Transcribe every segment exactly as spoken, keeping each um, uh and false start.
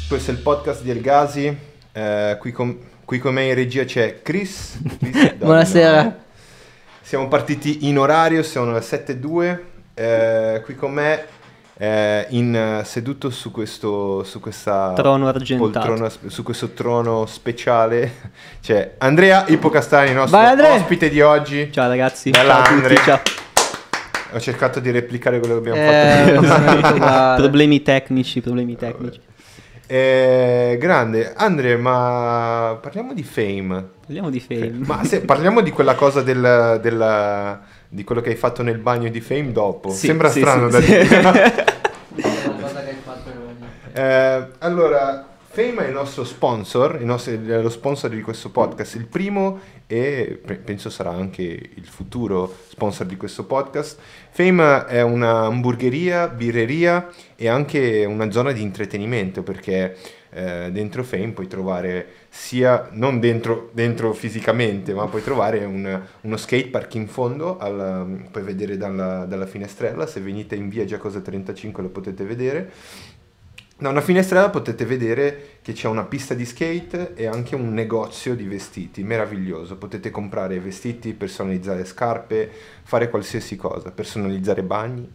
Questo è il podcast di El Gasi, eh, qui, con, qui con me in regia c'è Chris. Chris Buonasera. no. Siamo partiti in orario, sono le sette e due, eh, qui con me eh, in, seduto su questo su questa trono argentato, poltrona, su questo trono speciale c'è Andrea Ippocastani, nostro Vai, Andrea. ospite di oggi. Ciao ragazzi. Bella, ciao a tutti, ciao. Ho cercato di replicare quello che abbiamo Eh, fatto prima. problemi tecnici, problemi tecnici. Eh, grande Andrea, ma parliamo di Fame. Parliamo di Fame. Ma se parliamo di quella cosa del, del di quello che hai fatto nel bagno di Fame dopo. Sì, Sembra sì, strano sì, da sì. dire. eh, allora, Fame è il nostro sponsor, il nostro, è lo sponsor di questo podcast, il primo e pe- penso sarà anche il futuro sponsor di questo podcast. Fame è una hamburgeria, birreria e anche una zona di intrattenimento, perché eh, dentro Fame puoi trovare sia, non dentro, dentro fisicamente, ma puoi trovare un, uno skatepark in fondo, al, puoi vedere dalla, dalla finestrella, se venite in via Giacosa trentacinque lo potete vedere. Da una finestrella potete vedere che c'è una pista di skate e anche un negozio di vestiti, meraviglioso. Potete comprare vestiti, personalizzare scarpe, fare qualsiasi cosa, personalizzare bagni.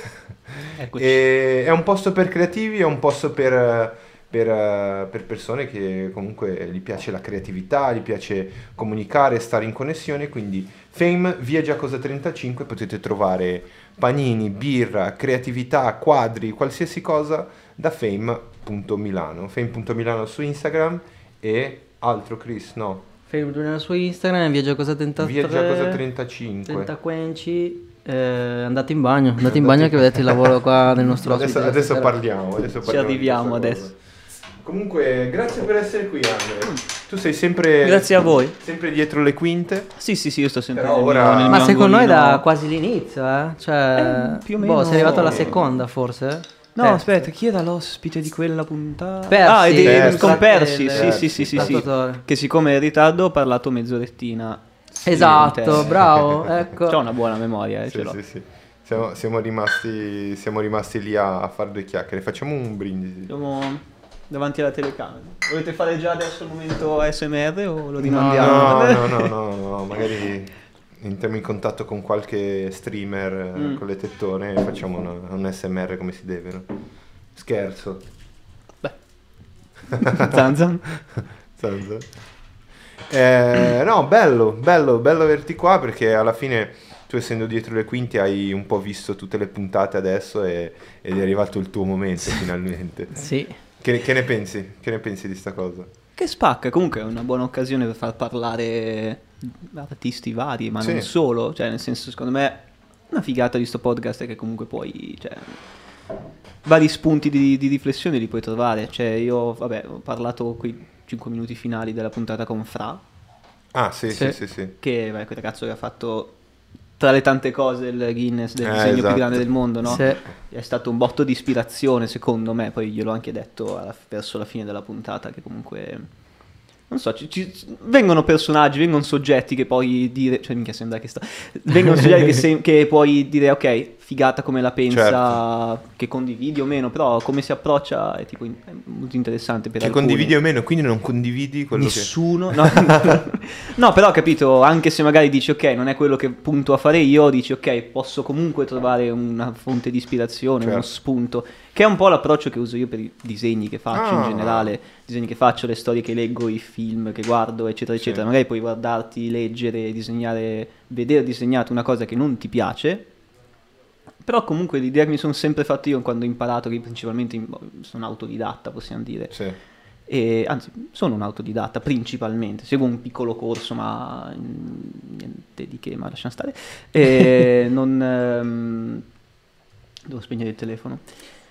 E è un posto per creativi, è un posto per, per, per persone che comunque gli piace la creatività, gli piace comunicare, stare in connessione. Quindi Fame, via Giacosa trentacinque, potete trovare panini, birra, creatività, quadri, qualsiasi cosa da Fame.Milano, Fame.Milano su Instagram e altro Chris, no? Fame su Instagram, via Giacosa trentatré, Via Giacosa trentacinque. trenta Quenci, eh, andate in bagno, andate in bagno che vedete il lavoro qua del nostro adesso, ospite. adesso parliamo, adesso Ci parliamo di arriviamo questa adesso. cosa. Comunque, grazie per essere qui, Andre. Tu sei sempre Grazie a voi. sempre dietro le quinte. Sì, sì, sì, io sto sempre Però nel ora- mio, nel Ma mio secondo noi angolino. da quasi l'inizio, eh? Cioè, Eh, più o boh, meno. sei arrivato alla seconda forse? No, Terza. aspetta, chi era l'ospite di quella puntata? Persi. Ah, ed è Persi. con Persi, Il- sì, sì, sì, sì, sì. l'attuatore. Che siccome è in ritardo ho parlato mezzorettina. Esatto, Niente. bravo, ecco. C'ho una buona memoria, eh, Sì, ce l'ho. sì, sì. Siamo, siamo rimasti, siamo rimasti lì a, a fare due chiacchiere. Facciamo un brindisi. Siamo davanti alla telecamera. Volete fare già adesso il momento A S M R o lo No, rimandiamo? no, no, no, no, magari entriamo in contatto con qualche streamer eh, Mm. con le tettone e facciamo una- un S M R come si deve, no? Scherzo. Beh. Zanzan. Zanza. Eh, no, bello, bello, bello averti qua, perché alla fine tu, essendo dietro le quinte, hai un po' visto tutte le puntate adesso e, ed è arrivato il tuo momento finalmente. Sì. Che, che ne pensi? Che ne pensi di sta cosa? Che spacca, comunque è una buona occasione per far parlare artisti vari, ma Sì. non solo, cioè nel senso, secondo me una figata di sto podcast è che comunque poi, cioè, vari spunti di, di riflessione li puoi trovare, cioè io, vabbè, ho parlato quei cinque minuti finali della puntata con Fra, Ah, sì, sì, Sì. sì, sì. che è quel ragazzo che ha fatto tra le tante cose il Guinness del Eh, disegno esatto. più grande del mondo, no? Sì. È stato un botto di ispirazione, secondo me, poi gliel'ho anche detto alla- verso la fine della puntata, che comunque, non so, ci, ci- vengono personaggi, vengono soggetti che puoi dire, cioè minchia sembra che sta, vengono soggetti che, se- che puoi dire, ok, figata come la pensa, Certo. che condividi o meno, però come si approccia è tipo in- è molto interessante per Che alcuni. condividi o meno, quindi non condividi quello Nessuno, no. No, però ho capito, anche se magari dici ok, non è quello che punto a fare io, dici ok, posso comunque trovare una fonte di ispirazione, uno Certo. spunto, che è un po' l'approccio che uso io per i disegni che faccio Ah. in generale, disegni che faccio, le storie che leggo, i film che guardo, eccetera, Sì. eccetera. Magari puoi guardarti, leggere, disegnare, vedere disegnato una cosa che non ti piace, però comunque l'idea che mi sono sempre fatto io quando ho imparato, che principalmente in- sono autodidatta, possiamo dire, che... Sì. e, anzi, sono un autodidatta principalmente, seguo un piccolo corso, ma mm, niente di che, ma lasciamo stare. E non ehm, devo spegnere il telefono.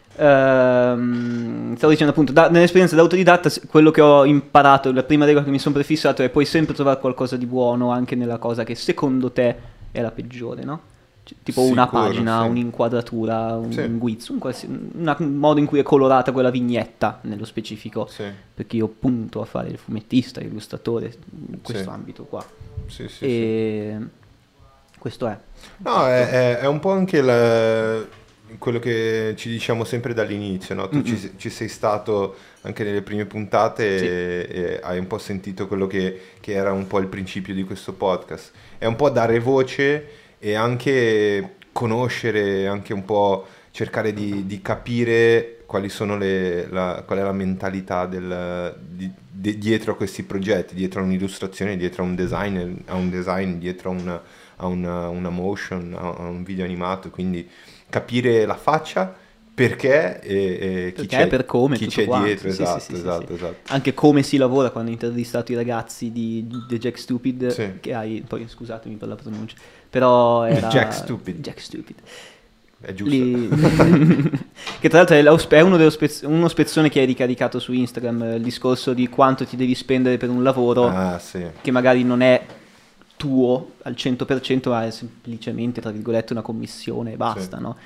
Ehm, stavo dicendo appunto, da- nell'esperienza da autodidatta, se- quello che ho imparato, la prima regola che mi sono prefissato è puoi sempre trovare qualcosa di buono anche nella cosa che secondo te è la peggiore, no? C- Tipo una Sicuro, pagina, sì. un'inquadratura, un, Sì. un guizzo, un, qualsi- una- un modo in cui è colorata quella vignetta nello specifico, Sì, perché io punto a fare il fumettista, l'illustratore, in questo Sì. ambito qua. sì, sì, sì. E questo è. No, è, è- è un po' anche la- quello che ci diciamo sempre dall'inizio, no? Tu Mm-mm. ci, ci sei stato anche nelle prime puntate Sì. e, e hai un po' sentito quello che, che era un po' il principio di questo podcast. È un po' dare voce e anche conoscere, anche un po' cercare di, di capire quali sono le, la, qual è la mentalità del, di, di- dietro a questi progetti, dietro a un'illustrazione, dietro a un design, a un design, dietro a una, a una, una motion, a, a un video animato, quindi capire la faccia, perché e, e chi Perché, c'è, per come, chi tutto c'è quanto. dietro, Sì, sì, esatto, sì, sì, esatto, sì. esatto. Anche come si lavora quando ho intervistato i ragazzi di The Jack Stupid, Sì. che hai, poi scusatemi per la pronuncia, però era... Jack Stupid. Jack Stupid. È giusto. Lì- che tra l'altro è, la- è uno, dello spez- uno spezzone che hai ricaricato su Instagram, il discorso di quanto ti devi spendere per un lavoro Ah, sì. che magari non è tuo al cento per cento, ma è semplicemente, tra virgolette, una commissione e basta, Sì. no?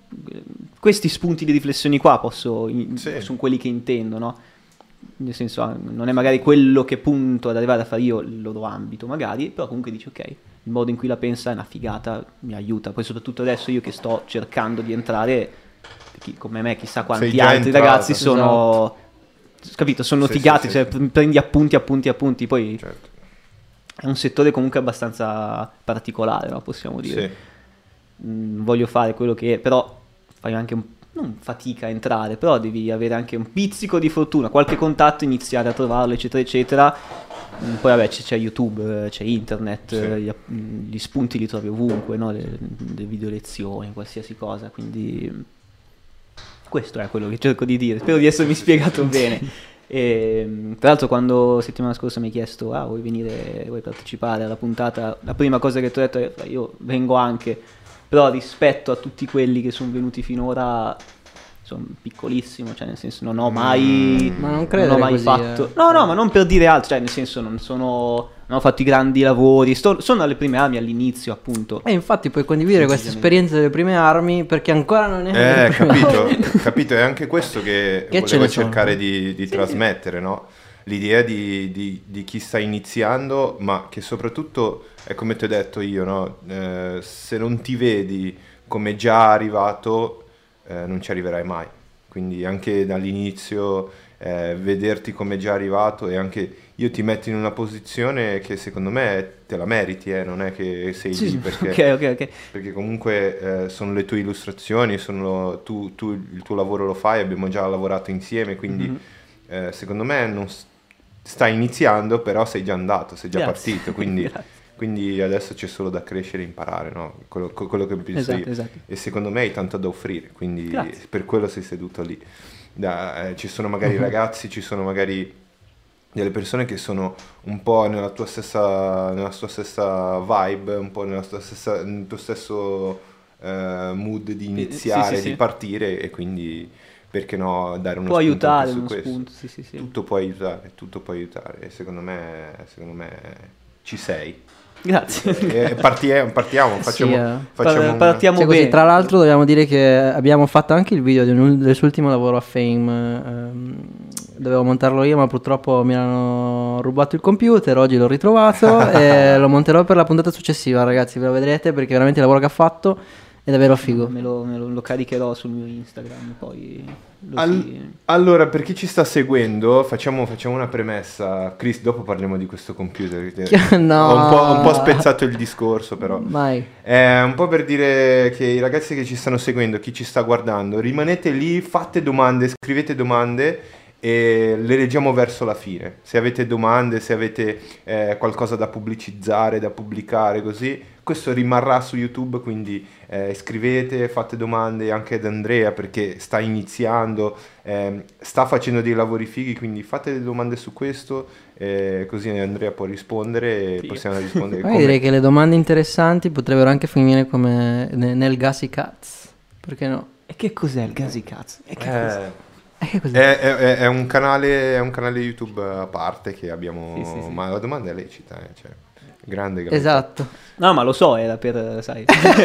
Questi spunti di riflessioni qua posso, in- Sì. sono quelli che intendo, no? Nel senso, ah, non è magari quello che punto ad arrivare a fare io il loro ambito, magari, però comunque dici, ok, il modo in cui la pensa è una figata, mi aiuta. Poi soprattutto adesso io che sto cercando di entrare, chi, come me, chissà quanti Sei già altri entrato. ragazzi sono... Capito, sono Sì, litigati, sì, cioè sì, sì. prendi appunti, appunti, appunti, poi Certo. è un settore comunque abbastanza particolare, no? Possiamo dire. Sì. Mm, voglio fare quello che è, però fai anche un non fatica a entrare, però devi avere anche un pizzico di fortuna, qualche contatto, iniziare a trovarlo, eccetera, eccetera. Mm, Poi vabbè c'è, c'è YouTube, eh, c'è internet, Sì. eh, gli, app- mm, gli spunti li trovi ovunque, no? le, le video lezioni, qualsiasi cosa, quindi mm, questo è quello che cerco di dire, spero di essermi spiegato bene. E, mm, tra l'altro quando settimana scorsa mi hai chiesto ah vuoi venire, vuoi partecipare alla puntata, la prima cosa che ti ho detto è io vengo anche, però rispetto a tutti quelli che sono venuti finora sono piccolissimo, cioè nel senso non ho mai, Ma non non credere ho mai così, fatto, eh. no no ma non per dire altro, cioè nel senso non sono, non ho fatto i grandi lavori, sto- sono alle prime armi all'inizio appunto. E infatti puoi condividere questa esperienza delle prime armi perché ancora non è... Eh, le prime capito, armi. capito, è anche questo che, Che ce volevo ne sono? cercare di, di trasmettere, no? L'idea di, di- di chi sta iniziando, ma che soprattutto, è come ti ho detto io, no? Eh, se non ti vedi come già arrivato, eh, non ci arriverai mai. Quindi anche dall'inizio eh, vederti come già arrivato e anche io ti metto in una posizione che secondo me te la meriti, eh, non è che sei Sì, lì sì, perché... ok ok ok. Perché comunque eh, sono le tue illustrazioni, sono tu, tu il tuo lavoro lo fai, abbiamo già lavorato insieme, quindi Mhm. eh, secondo me non s- stai iniziando, però sei già andato, sei già Grazie. partito, quindi, Grazie. quindi adesso c'è solo da crescere e imparare, no? Quello, co- quello che penso Esatto, io. esatto. E secondo me hai tanto da offrire, quindi Grazie. per quello sei seduto lì. Da- eh, ci sono magari ragazzi, ci sono magari delle persone che sono un po' nella tua stessa, nella tua stessa vibe, un po' nella tua stessa, nel tuo stesso eh, mood di iniziare, sì, sì. di partire e quindi perché no dare uno Può spunto anche aiutare su uno questo. spunto, sì sì sì. Tutto può aiutare, tutto può aiutare e secondo me, secondo me ci sei. Grazie. E partie- partiamo, facciamo, Sì, eh. facciamo Par- un- partiamo Cioè, così, bene. tra l'altro dobbiamo dire che abbiamo fatto anche il video di un- del suo ultimo lavoro a Fame, ehm, dovevo montarlo io ma purtroppo mi hanno rubato il computer, oggi l'ho ritrovato e lo monterò per la puntata successiva ragazzi, ve lo vedrete perché veramente il lavoro che ha fatto è davvero figo. Me lo, me lo- lo caricherò sul mio Instagram, poi lo Al- si- Allora, per chi ci sta seguendo, facciamo, facciamo una premessa. Chris, dopo parliamo di questo computer. che- No. Ho un po', ho un po' spezzato il discorso, però. Mai. È un po' per dire che i ragazzi che ci stanno seguendo, chi ci sta guardando, rimanete lì, fate domande, scrivete domande e le leggiamo verso la fine. Se avete domande, se avete eh, qualcosa da pubblicizzare, da pubblicare, così, questo rimarrà su YouTube, quindi eh, scrivete, fate domande anche ad Andrea perché sta iniziando, ehm, sta facendo dei lavori fighi, quindi fate delle domande su questo, eh, così Andrea può rispondere e Figo. possiamo rispondere Poi come... direi che le domande interessanti potrebbero anche finire come ne- nel Gassy Cats, perché no? E che cos'è il Gazi Cazzo? E che cos'è? Eh, Eh, che cos'è? È, è- è un canale, è un canale YouTube a parte che abbiamo, Sì, sì, sì. ma la domanda è lecita, eh, cioè, grande, grande. Esatto. No, ma lo so, era per, sai.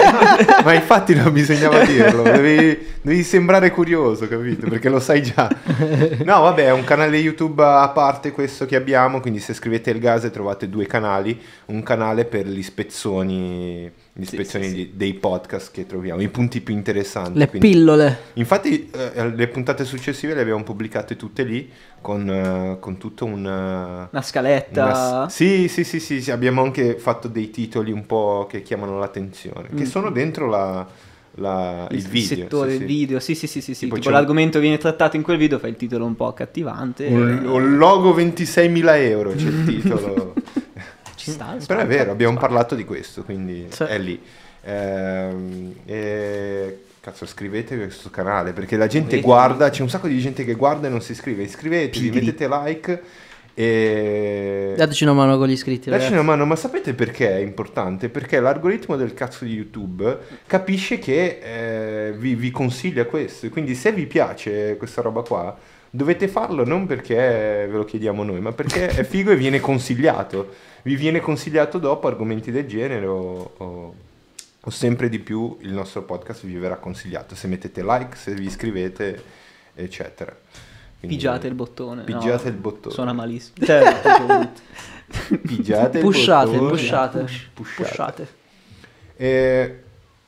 Ma infatti non bisognava dirlo, devi, devi sembrare curioso, capito? Perché lo sai già. No, vabbè, è un canale YouTube a parte questo che abbiamo, quindi se scrivete il gas trovate due canali, un canale per gli spezzoni l'ispezione Sì, sì, di- dei podcast che troviamo, i punti più interessanti. Le quindi- pillole. Infatti eh, le puntate successive le abbiamo pubblicate tutte lì con, eh, con tutto un... eh, Una scaletta. una- sì, sì, sì, sì, sì, abbiamo anche fatto dei titoli un po' che chiamano l'attenzione, che Mm. sono dentro la, la- il, il, video. settore sì, del sì. video, sì, sì, sì, sì, sì. Tipo Tipo c'è un- l'argomento viene trattato in quel video, fa il titolo un po' accattivante. Un, un logo ventiseimila euro c'è il titolo. Ci sta, Però è spacca, vero, abbiamo spacca. parlato di questo, quindi Sì. è lì. Ehm, e cazzo, iscrivetevi a questo canale perché la gente Iscrivetevi. guarda, c'è un sacco di gente che guarda e non si iscrive. Iscrivetevi, Pigri. mettete like e Dateci una mano con gli iscritti, dacci ragazzi. una mano. Ma sapete perché è importante? Perché l'algoritmo del cazzo di YouTube capisce che eh, vi, vi consiglia questo. Quindi se vi piace questa roba qua, dovete farlo non perché ve lo chiediamo noi, ma perché è figo e viene consigliato. Vi viene consigliato dopo argomenti del genere o, o- o sempre di più il nostro podcast vi verrà consigliato. Se mettete like, se vi iscrivete, eccetera. Quindi- Pigiate il bottone. Pigiate no, il bottone. Suona malissimo. Cioè, è proprio brutto. Pigiate il Pushate, bottone. pushate, Push- pushate. pushate. E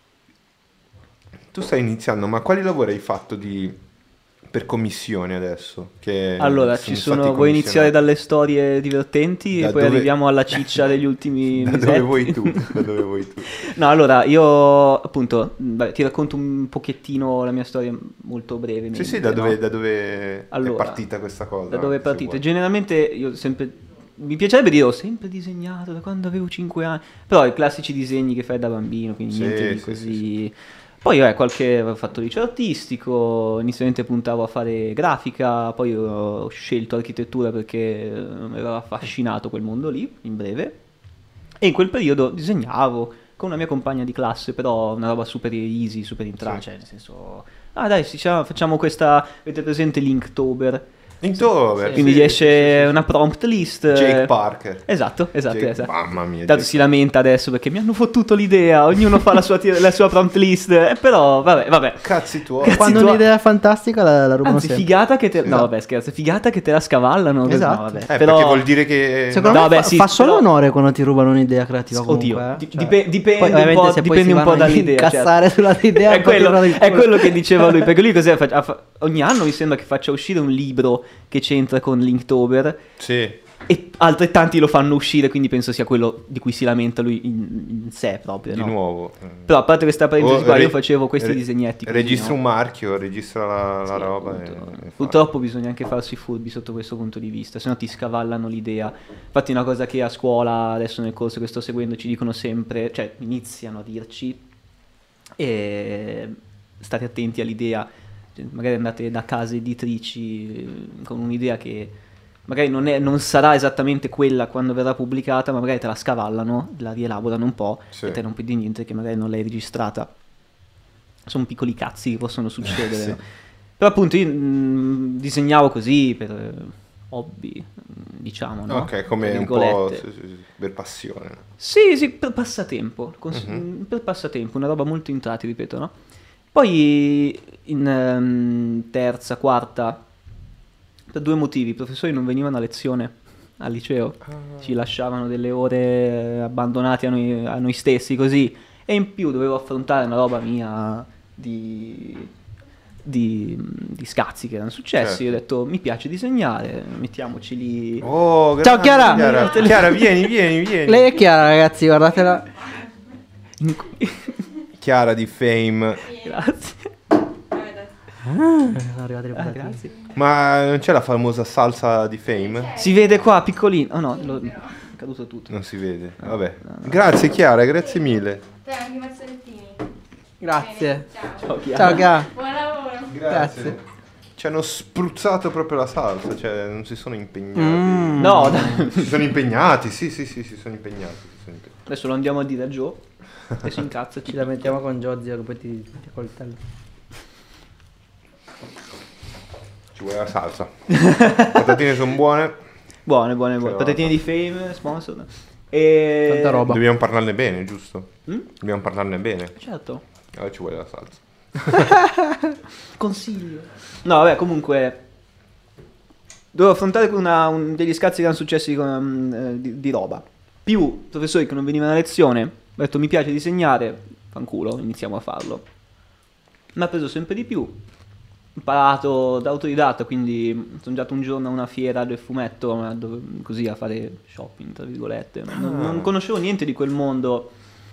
tu stai iniziando, ma quali lavori hai fatto di per commissione adesso? Che Allora, ci stati sono. Vuoi iniziare commissionati? dalle storie divertenti Da e poi dove- arriviamo alla ciccia degli ultimi Da dove mesetti? vuoi tu? Da dove vuoi tu? No, allora, io appunto, beh, ti racconto un pochettino la mia storia molto breve. Sì, sì, da dove, da dove Allora, è partita questa cosa? Da dove è se partita? vuoi. Generalmente io sempre. Mi piacerebbe dire ho sempre disegnato da quando avevo cinque anni. Però i classici disegni che fai da bambino, quindi Sì, niente di sì, così. sì, Poi vabbè, qualche avevo fatto liceo artistico, inizialmente puntavo a fare grafica, poi ho scelto architettura perché eh, mi aveva affascinato quel mondo lì, in breve. E in quel periodo disegnavo con una mia compagna di classe, però una roba super easy, super in traccia, Sì. cioè, nel senso... Ah dai, sì, facciamo facciamo questa... Avete presente Linktober? Inktober, Quindi sì, gli esce sì, sì, sì. una prompt list. Jake eh, Parker. Esatto, esatto, Jake- esatto. Mamma mia. Tanto Jake si lamenta adesso perché mi hanno fottuto l'idea, ognuno fa la sua, ti- la sua prompt list, eh, però vabbè, vabbè. Cazzi tuoi. Cazzi Quando tuoi. un'idea è fantastica la, la rubano Anzi, sempre. figata che te... No, Esatto. vabbè, scherzo, figata che te la scavallano. Esatto. No, vabbè. Eh, però... perché vuol dire che... Secondo No, me vabbè, fa, sì, fa solo però- onore quando ti rubano un'idea creativa comunque. Oddio, eh. di- Cioè, dipe- dipende poi, un ovviamente, po', se poi dipende si un po' vanno a dall'idea. incassare certo. sulla idea, È poi quello, tirano il è culo. quello che diceva lui, perché lui cos'è? Fa- fa- ogni anno mi sembra che faccia uscire un libro che c'entra con Linktober Sì. e altrettanti lo fanno uscire, quindi penso sia quello di cui si lamenta lui in, in sé proprio, Di no? nuovo. Però a parte questa parentesi O qua, re- io facevo questi re- disegnetti così, Registra no? un marchio, registra la, la Sì, roba. appunto. e- e fa. Purtroppo bisogna anche farsi furbi sotto questo punto di vista, se no ti scavallano l'idea. Infatti una cosa che a scuola, adesso nel corso che sto seguendo, ci dicono sempre, cioè iniziano a dirci, e state attenti all'idea, cioè, magari andate da case editrici eh, con un'idea che magari non, è- non sarà esattamente quella quando verrà pubblicata, ma magari te la scavallano, la rielaborano un po' Sì. e te non puoi dire niente che magari non l'hai registrata. Sono piccoli cazzi che possono succedere. Sì. no? Però appunto io mh, disegnavo così per eh, hobby, mh, diciamo, no? Ok, come Tra un po' virgolette. sì, sì, sì, per passione. Sì, sì, per passatempo, cons- Mhm. mh, per passatempo, una roba molto in tra, ti ripeto, no? Poi in ehm, terza, quarta, per due motivi, i professori non venivano a lezione al liceo, ci lasciavano delle ore eh, abbandonate a noi, a noi stessi così, e in più dovevo affrontare una roba mia di, di, di scazzi che erano successi. Certo. Io ho detto mi piace disegnare, mettiamoci lì. Oh, Ciao, grande, Chiara! Chiara, Chiara, vieni, vieni, vieni. Lei è Chiara, ragazzi, guardatela. In cui- Chiara di Fame. Grazie. Sono arrivate le Ah, patatine. grazie. Ma non c'è la famosa salsa di Fame? Si vede qua piccolino. Oh no, lo- è caduto tutto. Non si vede. Vabbè. Grazie Chiara, grazie mille. Te anche i mazzolettini. Grazie. Ciao. Ciao, Chiara. Ciao, Chiara. Buon lavoro. Grazie. Ci hanno spruzzato proprio la salsa, cioè non si sono impegnati. Mm. No, dai. Si sono impegnati, sì, sì, sì, si sono impegnati. si sono impegnati. Adesso lo andiamo a dire a Joe e si incazza. Ci lamentiamo con Giozzi che poi ti, ti coltello. Ci vuole la salsa. Le patatine sono buone. Buone, buone, buone. Però- Patatine di Fame, sponsor. E... Tanta roba. Dobbiamo parlarne bene, giusto? Mm? Dobbiamo parlarne bene. Certo. Allora ci vuole la salsa. Consiglio. No, vabbè, comunque... Dovevo affrontare una- un- degli scazzi che erano successi con, mm, eh, di, di roba. Più professori che non venivano a lezione detto mi piace disegnare, fanculo, iniziamo a farlo. Mi ha preso sempre di più, ho imparato da autodidatta, quindi sono andato un giorno a una fiera del fumetto, ma dove- così a fare shopping, tra virgolette. Non, non conoscevo niente di quel mondo.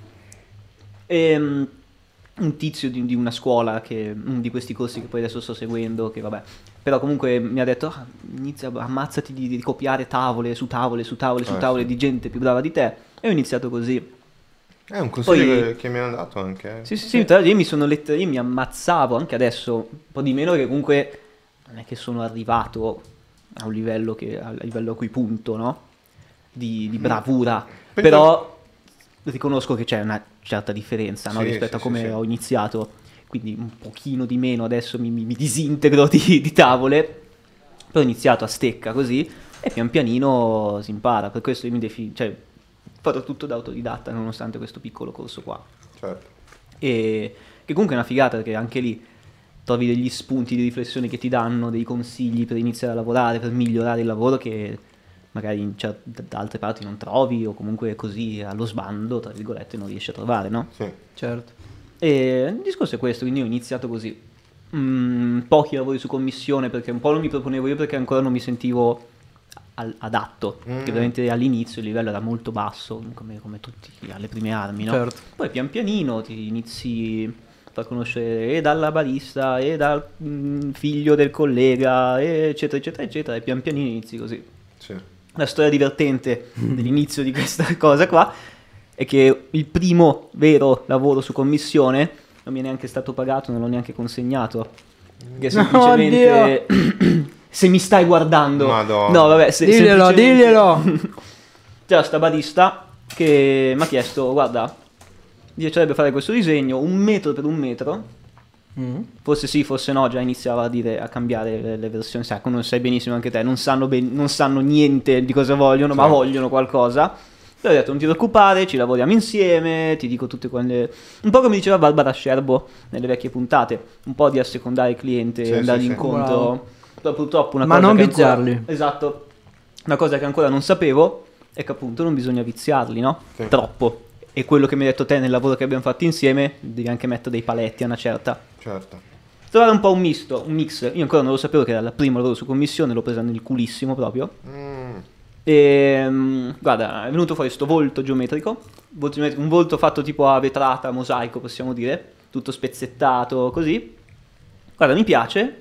E um, un tizio di, di una scuola, che, uno di questi corsi che poi adesso sto seguendo, che vabbè, però comunque mi ha detto ah, inizia, ammazzati di, di copiare tavole su tavole su tavole su Eh, tavole sì. di gente più brava di te, e ho iniziato così. È un consiglio Poi- che, che mi hanno dato anche. Sì, sì, sì, tra l'altro io mi sono letto, io mi ammazzavo anche adesso, un po' di meno, che comunque non è che sono arrivato a un livello, che, a livello a cui punto, no? Di, di bravura, Penso- però riconosco che c'è una certa differenza, no? Sì, Rispetto sì, a come sì, sì. ho iniziato, quindi un pochino di meno adesso mi, mi- mi disintegro di, di tavole, però ho iniziato a stecca così e pian pianino si impara, per questo io mi definisco, cioè ho fatto tutto da autodidatta nonostante questo piccolo corso qua. Certo. E che comunque è una figata, perché anche lì trovi degli spunti di riflessione che ti danno, dei consigli per iniziare a lavorare, per migliorare il lavoro, che magari in cer- da altre parti non trovi, o comunque così allo sbando, tra virgolette, non riesci a trovare, no? Sì. Certo. E il discorso è questo, quindi ho iniziato così. Mm, pochi lavori su commissione, perché un po' non mi proponevo io, perché ancora non mi sentivo al- adatto, Mm. perché ovviamente all'inizio il livello era molto basso, come, come tutti alle prime armi, no? Certo. Poi pian pianino ti inizi a far conoscere e dalla barista e dal mm, figlio del collega, e eccetera eccetera eccetera, e pian pianino inizi così. Sì. La storia divertente dell'inizio di questa cosa qua è che il primo vero lavoro su commissione non mi è neanche stato pagato, non l'ho neanche consegnato. Che semplicemente se mi stai guardando, Madonna. no, vabbè, se, Diglielo, semplicemente- diglielo. C'era sta barista che mi ha chiesto, guarda, mi piacerebbe fare questo disegno un metro per un metro. Mm. Forse sì, forse no, già iniziava a dire, a cambiare le, le versioni, sai, come sai benissimo anche te, non sanno, ben- non sanno niente di cosa vogliono, ma Sì. vogliono qualcosa. E ho detto, non ti preoccupare, ci lavoriamo insieme, ti dico tutte quelle... Un po' come diceva Barbara Scerbo nelle vecchie puntate, un po' di assecondare il cliente, Sì, andare sì, sì. incontro. Bravo. Però purtroppo una Ma cosa non che ancora- viziarli. Esatto, una cosa che ancora non sapevo è che appunto non bisogna viziarli, no? Sì. Troppo. E quello che mi hai detto te nel lavoro che abbiamo fatto insieme, devi anche mettere dei paletti a una certa... Certo. Trovare un po' un misto, un mix. Io ancora non lo sapevo che era il primo lavoro su commissione, l'ho presa nel culissimo proprio. Mm. E mm, guarda, è venuto fuori sto volto geometrico, volto geometrico, un volto fatto tipo a vetrata, mosaico possiamo dire, tutto spezzettato così. Guarda, mi piace,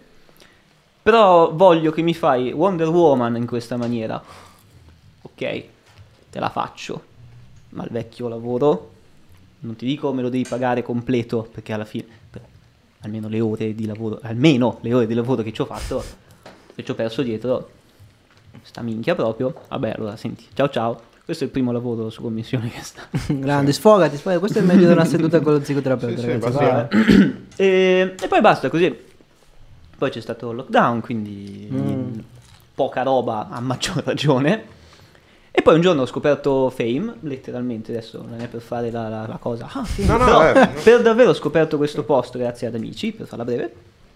però voglio che mi fai Wonder Woman in questa maniera. Ok, te la faccio, ma il vecchio lavoro, non ti dico me lo devi pagare completo, perché alla fine... almeno le ore di lavoro, almeno le ore di lavoro che ci ho fatto, che ci ho perso dietro, sta minchia proprio. Vabbè, allora senti, ciao ciao, questo è il primo lavoro su commissione che sta. Grande, sfogati, sfogati. Questo è meglio di una seduta con lo psicoterapeuta, Sì, sì, ragazzi. basta. Vai. e, e poi basta così. Poi c'è stato il lockdown, quindi Mm. poca roba a maggior ragione. E poi un giorno ho scoperto Fame, letteralmente, adesso non è per fare la, la- la cosa, ah, Fame, No, no, però eh, no. per davvero ho scoperto questo posto grazie ad amici, per farla breve.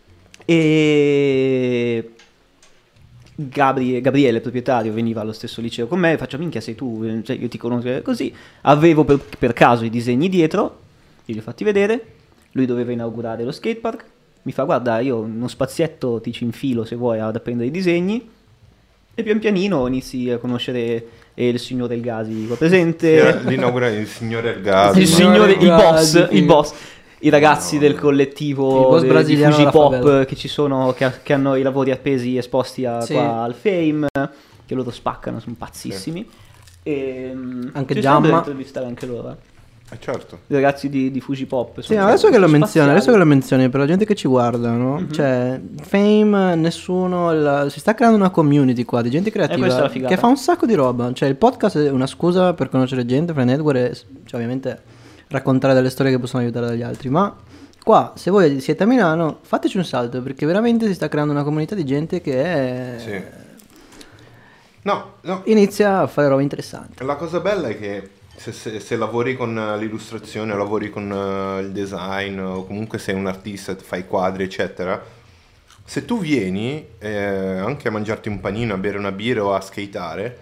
E Gabri- Gabriele, il proprietario, veniva allo stesso liceo con me, faccio minchia sei tu, cioè, io ti conosco così. Avevo per, per caso i disegni dietro, io li ho fatti vedere, lui doveva inaugurare lo skatepark, mi fa guarda io uno spazietto ti ci infilo se vuoi ad apprendere i disegni. E pian pianino inizi a conoscere eh, il signor El Gasi qua presente, L'inaugurazione del signore Elgato. il signore, il Gasi, boss, figo. il boss, i ragazzi Madonna. del collettivo Il boss de- di brasiliano Fuji della Pop favela. che ci sono, che, ha- che hanno i lavori appesi esposti a, Sì. qua al Fame, che loro spaccano, sono pazzissimi. E, mm, Anche ci siamo Giamma. da intervistare anche loro, eh. Eh, certo. I ragazzi di, di Fuji Pop. Sì, sono adesso che lo spaziali. menzioni, adesso che lo menzioni, per la gente che ci guarda, no? Mhm. Cioè, Fame, nessuno, la- si sta creando una community qua di gente questa è creativa la figata. che fa un sacco di roba. Cioè, il podcast è una scusa per conoscere gente, fare network e, cioè, ovviamente, raccontare delle storie che possono aiutare dagli altri. Ma qua, se voi siete a Milano, fateci un salto, perché veramente si sta creando una comunità di gente che è... Sì. No, no. inizia a fare roba interessante. La cosa bella è che se, se- se lavori con eh, l'illustrazione, o lavori con eh, il design, o comunque sei un artista, fai quadri, eccetera, se tu vieni eh, anche a mangiarti un panino, a bere una birra o a skateare,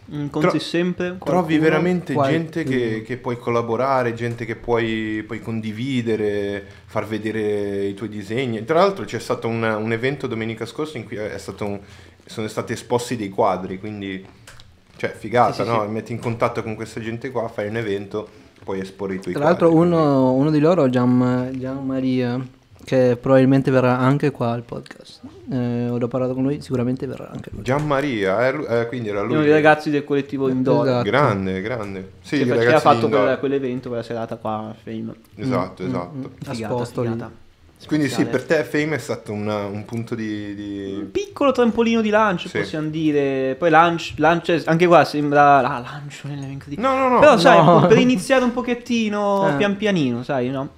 Incontri Tro- sempre Trovi qualcuno? veramente Qual- gente che, che puoi collaborare, gente che puoi, puoi condividere, far vedere i tuoi disegni. Tra l'altro c'è stato un, un evento domenica scorsa in cui è stato un- sono stati esposti dei quadri, quindi cioè figata, Sì, sì, no? sì. Metti in contatto con questa gente qua, fai un evento, puoi esporre i tuoi Tra quadri. l'altro quindi- uno, uno di loro, Gian, Gian Maria, che probabilmente verrà anche qua al podcast. Eh, ho parlato con lui, sicuramente verrà anche lui. Gianmaria, eh, lu- eh, quindi era Uno lui. dei ragazzi del collettivo Indoor. Esatto. Grande, grande. Sì, che, i fa- che ragazzi ha fatto di Indoor. quella- quell'evento, quella serata qua a Fame. Esatto, Mm, esatto. mm, mm. Figata, Asposto lì. figata. Quindi sì, Spaziale. per te Fame è stato una- un punto di... di- Un piccolo trampolino di lancio, Sì. possiamo dire. Poi lancio, lancio anche qua sembra ah, lancio nell'elenco di... No, no, no. Però sai, No. un po' per iniziare un pochettino Eh. pian pianino, sai, no?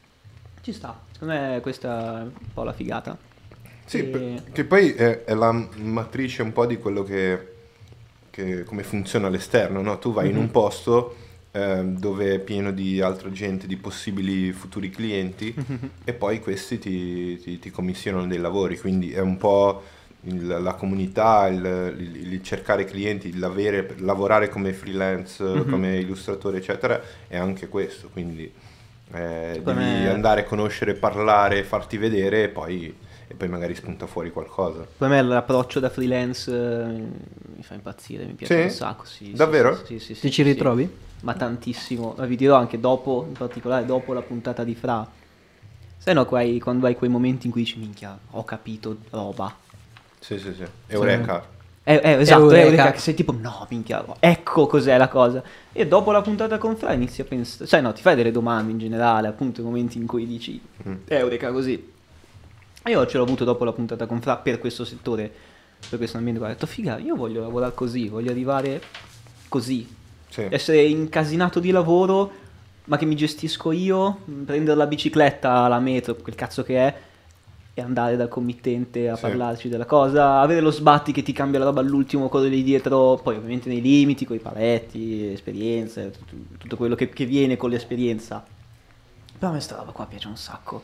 Ci sta. Secondo me questa è un po' la figata. Sì, E- per- che poi è, è la matrice un po' di quello che, che- come funziona all'esterno, no? Tu vai in un posto ehm, dove è pieno di altra gente, di possibili futuri clienti e poi questi ti, ti- ti commissionano dei lavori, quindi è un po' il- la comunità, il, il- il cercare clienti, il avere- lavorare come freelance, come illustratore, eccetera, è anche questo, quindi eh, Per devi me- andare a conoscere, parlare, farti vedere e poi, e poi magari spunta fuori qualcosa. Per me l'approccio da freelance eh, mi fa impazzire, mi piace Sì? un sacco. Sì, sì, Davvero? Sì, sì, sì, sì, Ti ci sì. ritrovi? Ma tantissimo. Ma vi dirò anche dopo, in particolare dopo la puntata di Fra. Sai no, quei- quando hai quei momenti in cui dici minchia, ho capito roba. Sì, sì, sì. Eureka. Eh, eh, esatto, Eureka. è Eureka, che sei tipo no, minchia, ecco cos'è la cosa. E dopo la puntata con Fra inizi a pensare, sai no, ti fai delle domande in generale, appunto i momenti in cui dici Mm. Eureka così. E io ce l'ho avuto dopo la puntata con Fra per questo settore, per questo ambiente qua. Ho detto figa, io voglio lavorare così, voglio arrivare così, Sì. essere incasinato di lavoro, ma che mi gestisco io, prendere la bicicletta alla metro, quel cazzo che è, e andare dal committente a Sì. parlarci della cosa, avere lo sbatti che ti cambia la roba all'ultimo, quello lì dietro, poi ovviamente nei limiti, con i paletti, esperienze, tutto, tutto quello che, che viene con l'esperienza. Però a me sta roba qua piace un sacco.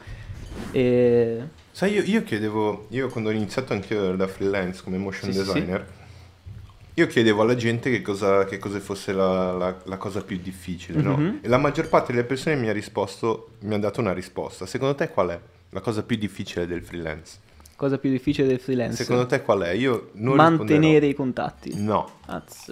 E... Sai, io, io chiedevo, io quando ho iniziato anch'io da freelance come motion Sì, sì, designer, io chiedevo alla gente che cosa, che cosa fosse la, la- la cosa più difficile, no? Mhm. E la maggior parte delle persone mi ha risposto, mi ha dato una risposta. Secondo te qual è la cosa più difficile del freelance? cosa più difficile del freelance? Secondo te qual è? Io non Mantenere risponderò. i contatti. No, Azz.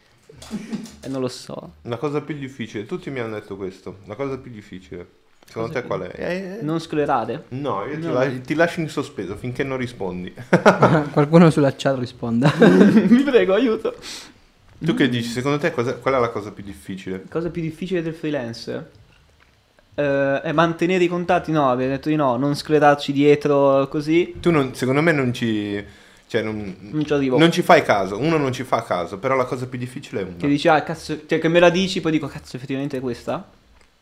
E non lo so. la cosa più difficile, tutti mi hanno detto questo, la cosa più difficile. Secondo Cosa te qual è? Eh, Non sclerare? No, io ti, No. la- ti lascio in sospeso finché non rispondi. Qualcuno sulla chat risponda. Mi prego, aiuto. Tu che dici? Secondo te cosa- qual è la cosa più difficile? Cosa più difficile del freelance? Eh, è mantenere i contatti? No, abbiamo detto di no, non sclerarci dietro così. Tu non, secondo me non ci, cioè non, Non ci arrivo. non ci fai caso, uno non ci fa caso, però la cosa più difficile è una. Che dici, ah, cazzo, cioè che me la dici, poi dico, cazzo, effettivamente è questa?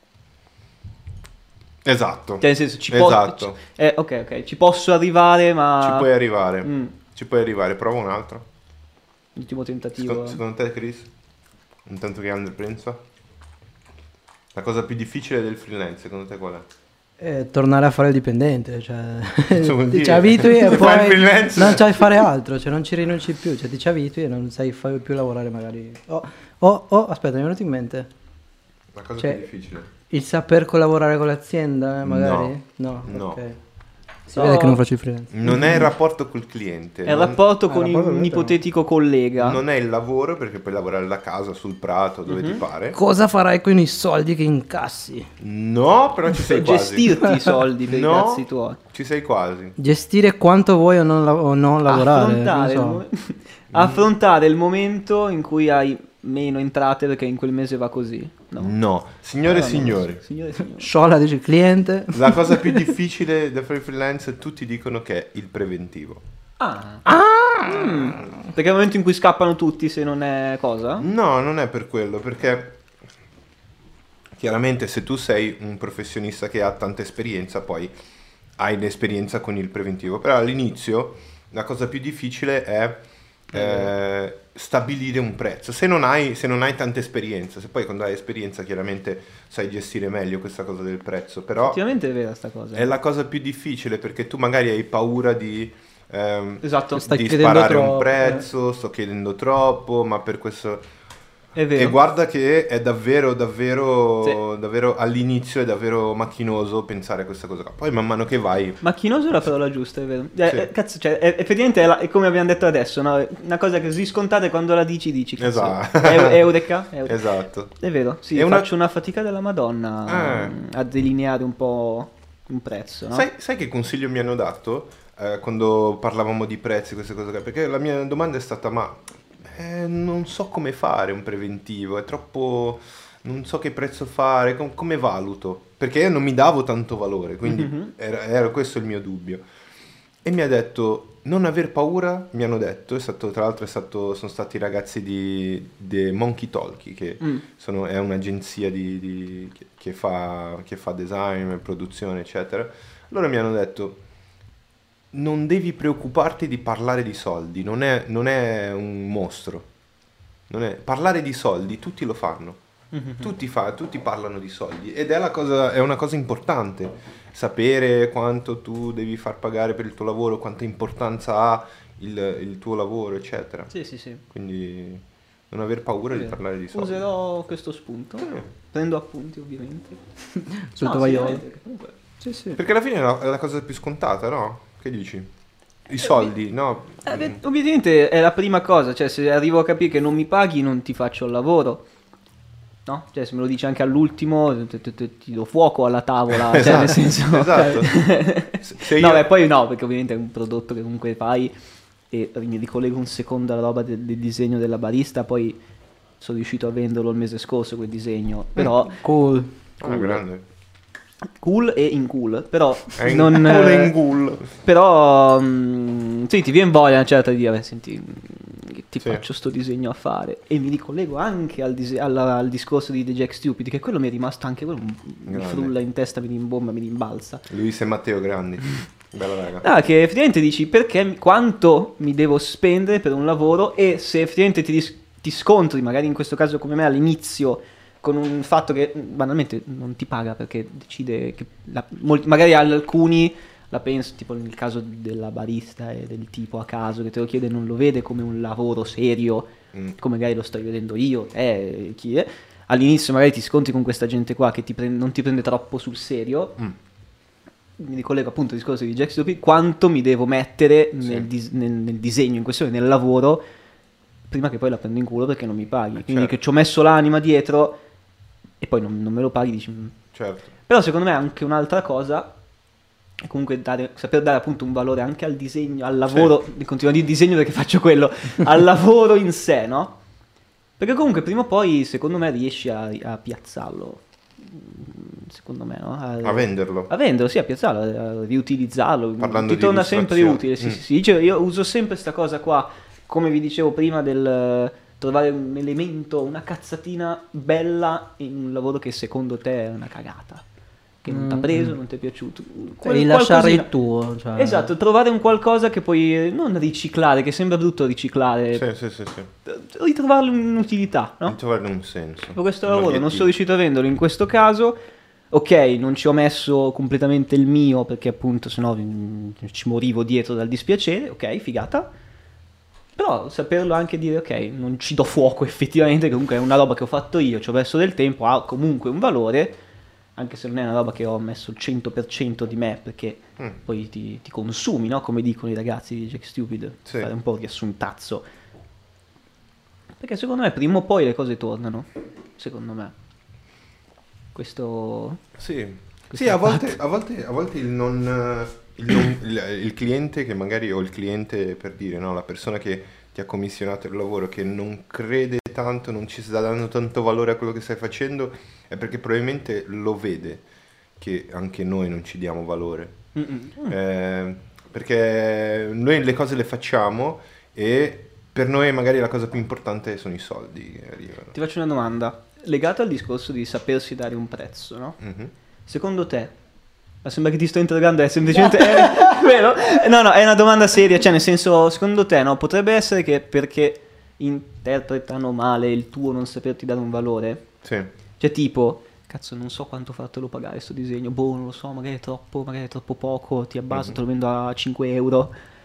Esatto, Cioè, nel senso, ci posso... esatto, Eh, ok, ok, ci posso arrivare, ma... ci puoi arrivare, Mm, ci puoi arrivare, prova un altro. l'ultimo tentativo. Secondo, secondo te Chris? Intanto che Andre pensa? La cosa più difficile del freelance, secondo te qual è? Eh, tornare a fare il dipendente, cioè Cosa vuol ti dire? ci abitui e Se fai il poi freelance- non sai fare altro, cioè non ci rinunci più, cioè ti ci abitui e non sai fare più lavorare magari. Oh, oh, oh, aspetta, mi è venuto in mente La cosa Cioè, più difficile? il saper collaborare con l'azienda, eh, magari? No. No, No. ok. Si No. vede che non faccio il freelance. Non è il rapporto col cliente, È il non, rapporto Ah, con il rapporto un con ipotetico collega. non è il lavoro perché puoi lavorare da casa, sul prato, dove Mhm. ti pare. Cosa farai con i soldi che incassi? No, però ci sei quasi. Gestirti i soldi per No. i cazzi tuoi. Ci sei quasi. Gestire quanto vuoi o non, la- o non lavorare, Affrontare, non il so. momen- affrontare il momento in cui hai meno entrate perché in quel mese va così. No. No, signore e Ah, no, signori, no, signore e signori. Sciola dice cliente. la cosa più difficile da fare il freelance tutti dicono che è il preventivo. Ah. Mm. Perché è il momento in cui scappano tutti se non è cosa? No, non è per quello, perché chiaramente se tu sei un professionista che ha tanta esperienza, poi hai l'esperienza con il preventivo, però all'inizio la cosa più difficile è eh, stabilire un prezzo. Se non hai, se non hai tanta esperienza, se poi quando hai esperienza chiaramente sai gestire meglio questa cosa del prezzo, però Effettivamente è vera sta cosa. è la cosa più difficile perché tu magari hai paura di ehm, Esatto. Stai di chiedendo sparare un troppo, prezzo, sto chiedendo troppo, ma per questo... È vero. E guarda che è davvero, davvero, Sì. davvero all'inizio è davvero macchinoso pensare a questa cosa qua. Poi man mano che vai... Macchinoso è la parola giusta, è vero. Eh, Sì. eh, cazzo, cioè, è- effettivamente è, la- è come abbiamo detto adesso, no? Una cosa che così scontata e quando la dici dici, cazzo. Esatto. Eu- Eureka, eureka. Esatto. È vero, sì, È una- faccio una fatica della Madonna Eh. a delineare un po' un prezzo, no? Sai, sai che consiglio mi hanno dato eh, quando parlavamo di prezzi, queste cose qua? Perché la mia domanda è stata, ma eh, non so come fare un preventivo, è troppo... non so che prezzo fare, com- come valuto? Perché io non mi davo tanto valore, quindi Mhm. era, era questo il mio dubbio. E mi ha detto, non aver paura, mi hanno detto, è stato, tra l'altro è stato, sono stati i ragazzi di, di Monkey Talkie, che Mm. sono- è un'agenzia di- di- che, che fa, che fa design, produzione, eccetera. Loro mi hanno detto, non devi preoccuparti di parlare di soldi, non è, non è un mostro. Non è- parlare di soldi, tutti lo fanno. Mhm. Tutti, fa- tutti parlano di soldi ed è, la cosa, è una cosa importante. Sapere quanto tu devi far pagare per il tuo lavoro, quanta importanza ha il, il tuo lavoro, eccetera. Sì, sì, sì. Quindi non aver paura di Vero. parlare di soldi. Userò questo spunto. Eh. Prendo appunti, ovviamente. Sul No, tovagliolo. sì, veramente, comunque. Sì, sì. Perché alla fine è la, è la cosa più scontata, no? Che dici? I soldi, no? Eh, beh, ovviamente è la prima cosa, cioè se arrivo a capire che non mi paghi non ti faccio il lavoro, no? Cioè se me lo dici anche all'ultimo ti, ti- ti- ti do fuoco alla tavola, cioè nel senso... esatto. Se- se No, io- beh, poi no, perché ovviamente è un prodotto che comunque fai e mi ricollego un secondo alla roba del, del disegno della barista, poi sono riuscito a venderlo il mese scorso quel disegno, però... Cool. Ah, grande. Cool e in cool, però È in non... culo eh, in culo. Però, mm, sì, ti viene voglia una certa di dire, "Beh, senti, mm, che ti Sì. faccio sto disegno a fare." E mi ricollego anche al, dise- alla- al discorso di The Jack Stupid, che quello mi è rimasto anche quello, mi Grande. frulla in testa, mi rimbomba, mi rimbalza. Luis e Matteo Grandi. Bella raga. Ah, che effettivamente dici, perché, mi- quanto mi devo spendere per un lavoro e se effettivamente ti, ris- ti scontri, magari in questo caso come me all'inizio, con un fatto che mm, banalmente non ti paga perché decide che la- molti- magari alcuni la penso, tipo nel caso della barista e del tipo a caso che te lo chiede, non lo vede come un lavoro serio, Mm. come magari lo sto vedendo io, eh, chi è. All'inizio magari ti scontri con questa gente qua che ti prende- non ti prende troppo sul serio. Mm. Mi ricollego appunto al discorso di Jack Stupid, quanto mi devo mettere Sì. nel, dis- nel- nel disegno in questione, nel lavoro, prima che poi la prendo in culo perché non mi paghi. Quindi certo. che ci ho messo l'anima dietro e poi non, non me lo paghi, dici... "Mm". Certo. Però secondo me anche un'altra cosa è comunque dare, saper dare appunto un valore anche al disegno, al lavoro, continuo a dire disegno perché faccio quello, al lavoro in sé, no? Perché comunque prima o poi secondo me riesci a, a piazzarlo, secondo me, no? A venderlo. A venderlo, sì, a piazzarlo, a riutilizzarlo, Parlando ti di torna sempre illustrazione. utile, sì, Mm. sì, sì. Dicevo, io uso sempre questa cosa qua, come vi dicevo prima, del trovare un elemento, una cazzatina bella in un lavoro che secondo te è una cagata, che non ti ha Mm, preso, mm. non ti è piaciuto. Devi lasciare qualcosina. il tuo. Cioè. Esatto, trovare un qualcosa che puoi non riciclare, che sembra brutto riciclare, Sì, sì, sì, sì. ritrovarlo in utilità, no? Non trovarne un senso. Per questo Un lavoro non obiettivo. sono riuscito a venderlo in questo caso. Ok, non ci ho messo completamente il mio perché appunto sennò mm, ci morivo dietro dal dispiacere. Ok, figata. Però saperlo anche dire ok, non ci do fuoco effettivamente, che comunque è una roba che ho fatto io, ci ho messo del tempo, ha comunque un valore, anche se non è una roba che ho messo il cento per cento di me, perché Mm. poi ti, ti consumi, no? Come dicono i ragazzi di Jack Stupid, Sì. fare un po' di assuntazzo. Perché secondo me prima o poi le cose tornano, secondo me. Questo... Sì, Questo sì, a è volte, fatto. a volte, a volte il, non, eh, il, non- il- il cliente che magari, o il cliente per dire, no, la persona che ti ha commissionato il lavoro, che non crede tanto, non ci sta dando tanto valore a quello che stai facendo, è perché probabilmente lo vede che anche noi non ci diamo valore. Mm-mm. Eh, perché noi le cose le facciamo e per noi magari la cosa più importante sono i soldi che arrivano. Ti faccio una domanda, legata al discorso di sapersi dare un prezzo, no? Mhm. Secondo te, ma sembra che ti sto interrogando, è semplicemente... è, vero? No, no, è una domanda seria, cioè nel senso, secondo te, no? Potrebbe essere che perché interpretano male il tuo non saperti dare un valore? Sì. Cioè tipo, cazzo, non so quanto fartelo pagare sto disegno, boh, non lo so, magari è troppo, magari è troppo poco, ti abbasso, Mhm. te lo vendo a cinque euro.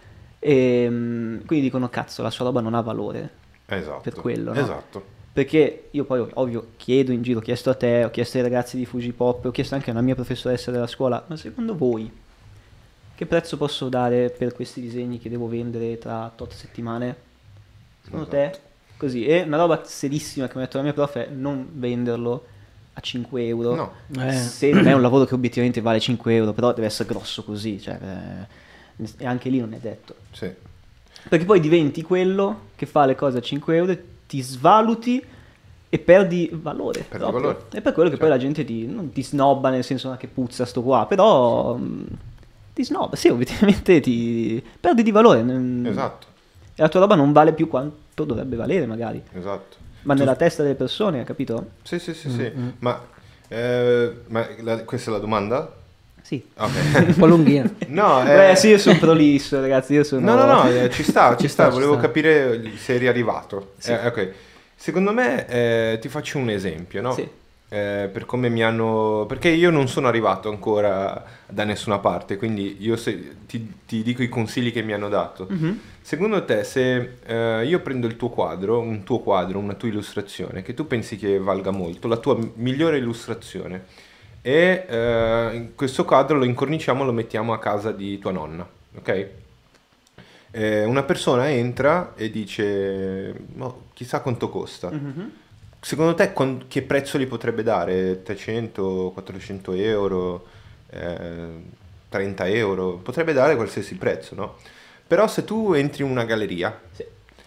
E mm, quindi dicono cazzo, la sua roba non ha valore Esatto. per quello, no? Esatto. Perché io poi ovvio chiedo in giro, ho chiesto a te, ho chiesto ai ragazzi di Fujipop, ho chiesto anche a una mia professoressa della scuola, ma secondo voi che prezzo posso dare per questi disegni che devo vendere tra tot settimane? Secondo Esatto. te? Così, e una roba serissima che mi ha detto la mia prof è non venderlo a cinque euro, No. Eh. se non è un lavoro che obiettivamente vale cinque euro, però deve essere grosso così, cioè, eh, e anche lì non è detto. Sì. Perché poi diventi quello che fa le cose a cinque euro, ti svaluti e perdi valore. Perdi proprio. valore. È per quello che poi Certo. la gente ti, non ti snobba nel senso "Ah, che puzza sto qua", però mh, ti snobba, sì, obiettivamente ti perdi di valore. n- Esatto. E la tua roba non vale più quanto dovrebbe valere magari. Esatto. Ma Tu- nella testa delle persone, capito? Sì, sì, sì, sì. Ma, eh, ma la- questa è la domanda? Sì. Ok. Un po' lunghina. No, Beh, eh, sì, io sono prolisso, ragazzi, io sono... no, no, no, eh, ci sta, ci Ci sta, sta, ci volevo sta. capire se eri arrivato. Sì. Eh, ok. Secondo me, eh, ti faccio un esempio, no? Sì. Eh, per come mi hanno... Perché io non sono arrivato ancora da nessuna parte, quindi io se- ti, ti dico i consigli che mi hanno dato. Mhm. Secondo te, se eh, io prendo il tuo quadro, un tuo quadro, una tua illustrazione, che tu pensi che valga molto, la tua migliore illustrazione, e eh, in questo quadro lo incorniciamo, lo mettiamo a casa di tua nonna, ok? Eh, una persona entra e dice, "Oh, chissà quanto costa." Mhm. Secondo te quan- che prezzo li potrebbe dare? trecento, quattrocento euro, eh, trenta euro? Potrebbe dare qualsiasi prezzo, no? Però se tu entri in una galleria Sì.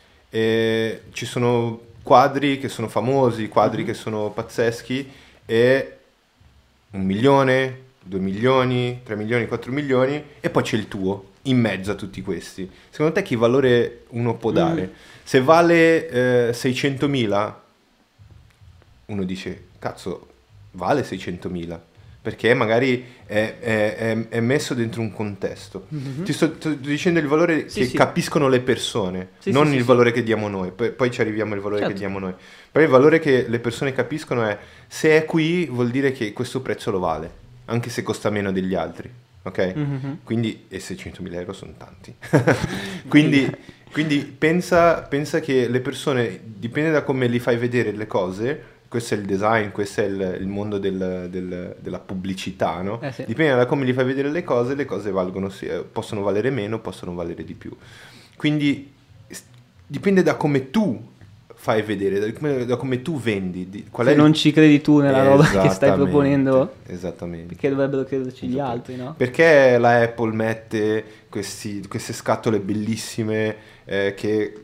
e ci sono quadri che sono famosi, quadri che sono pazzeschi, e un milione, due milioni, tre milioni, quattro milioni, e poi c'è il tuo in mezzo a tutti questi. Secondo te che valore uno può dare? Se vale eh, seicentomila, uno dice, cazzo, vale seicentomila, perché magari è, è- è- è messo dentro un contesto. Ti sto, sto dicendo il valore Sì, che sì. capiscono le persone, Sì, non sì, il sì, valore che diamo noi. Poi, poi ci arriviamo al valore Certo. che diamo noi. Però il valore che le persone capiscono è, se è qui vuol dire che questo prezzo lo vale, anche se costa meno degli altri, ok? Mhm. Quindi, e seicentomila euro sono tanti. quindi quindi pensa, pensa che le persone, dipende da come li fai vedere le cose, questo è il design, questo è il, il mondo del- del- della pubblicità, no? Eh sì. Dipende da come li fai vedere le cose, le cose valgono, sì, eh, possono valere meno, possono valere di più. Quindi s- dipende da come tu fai vedere, da come, da come tu vendi, di- qual Se è il- non ci credi tu nella roba che stai Esattamente, proponendo, Esattamente. perché dovrebbero crederci gli Esattamente. altri, no? Perché la Apple mette questi- queste scatole bellissime eh, che eh,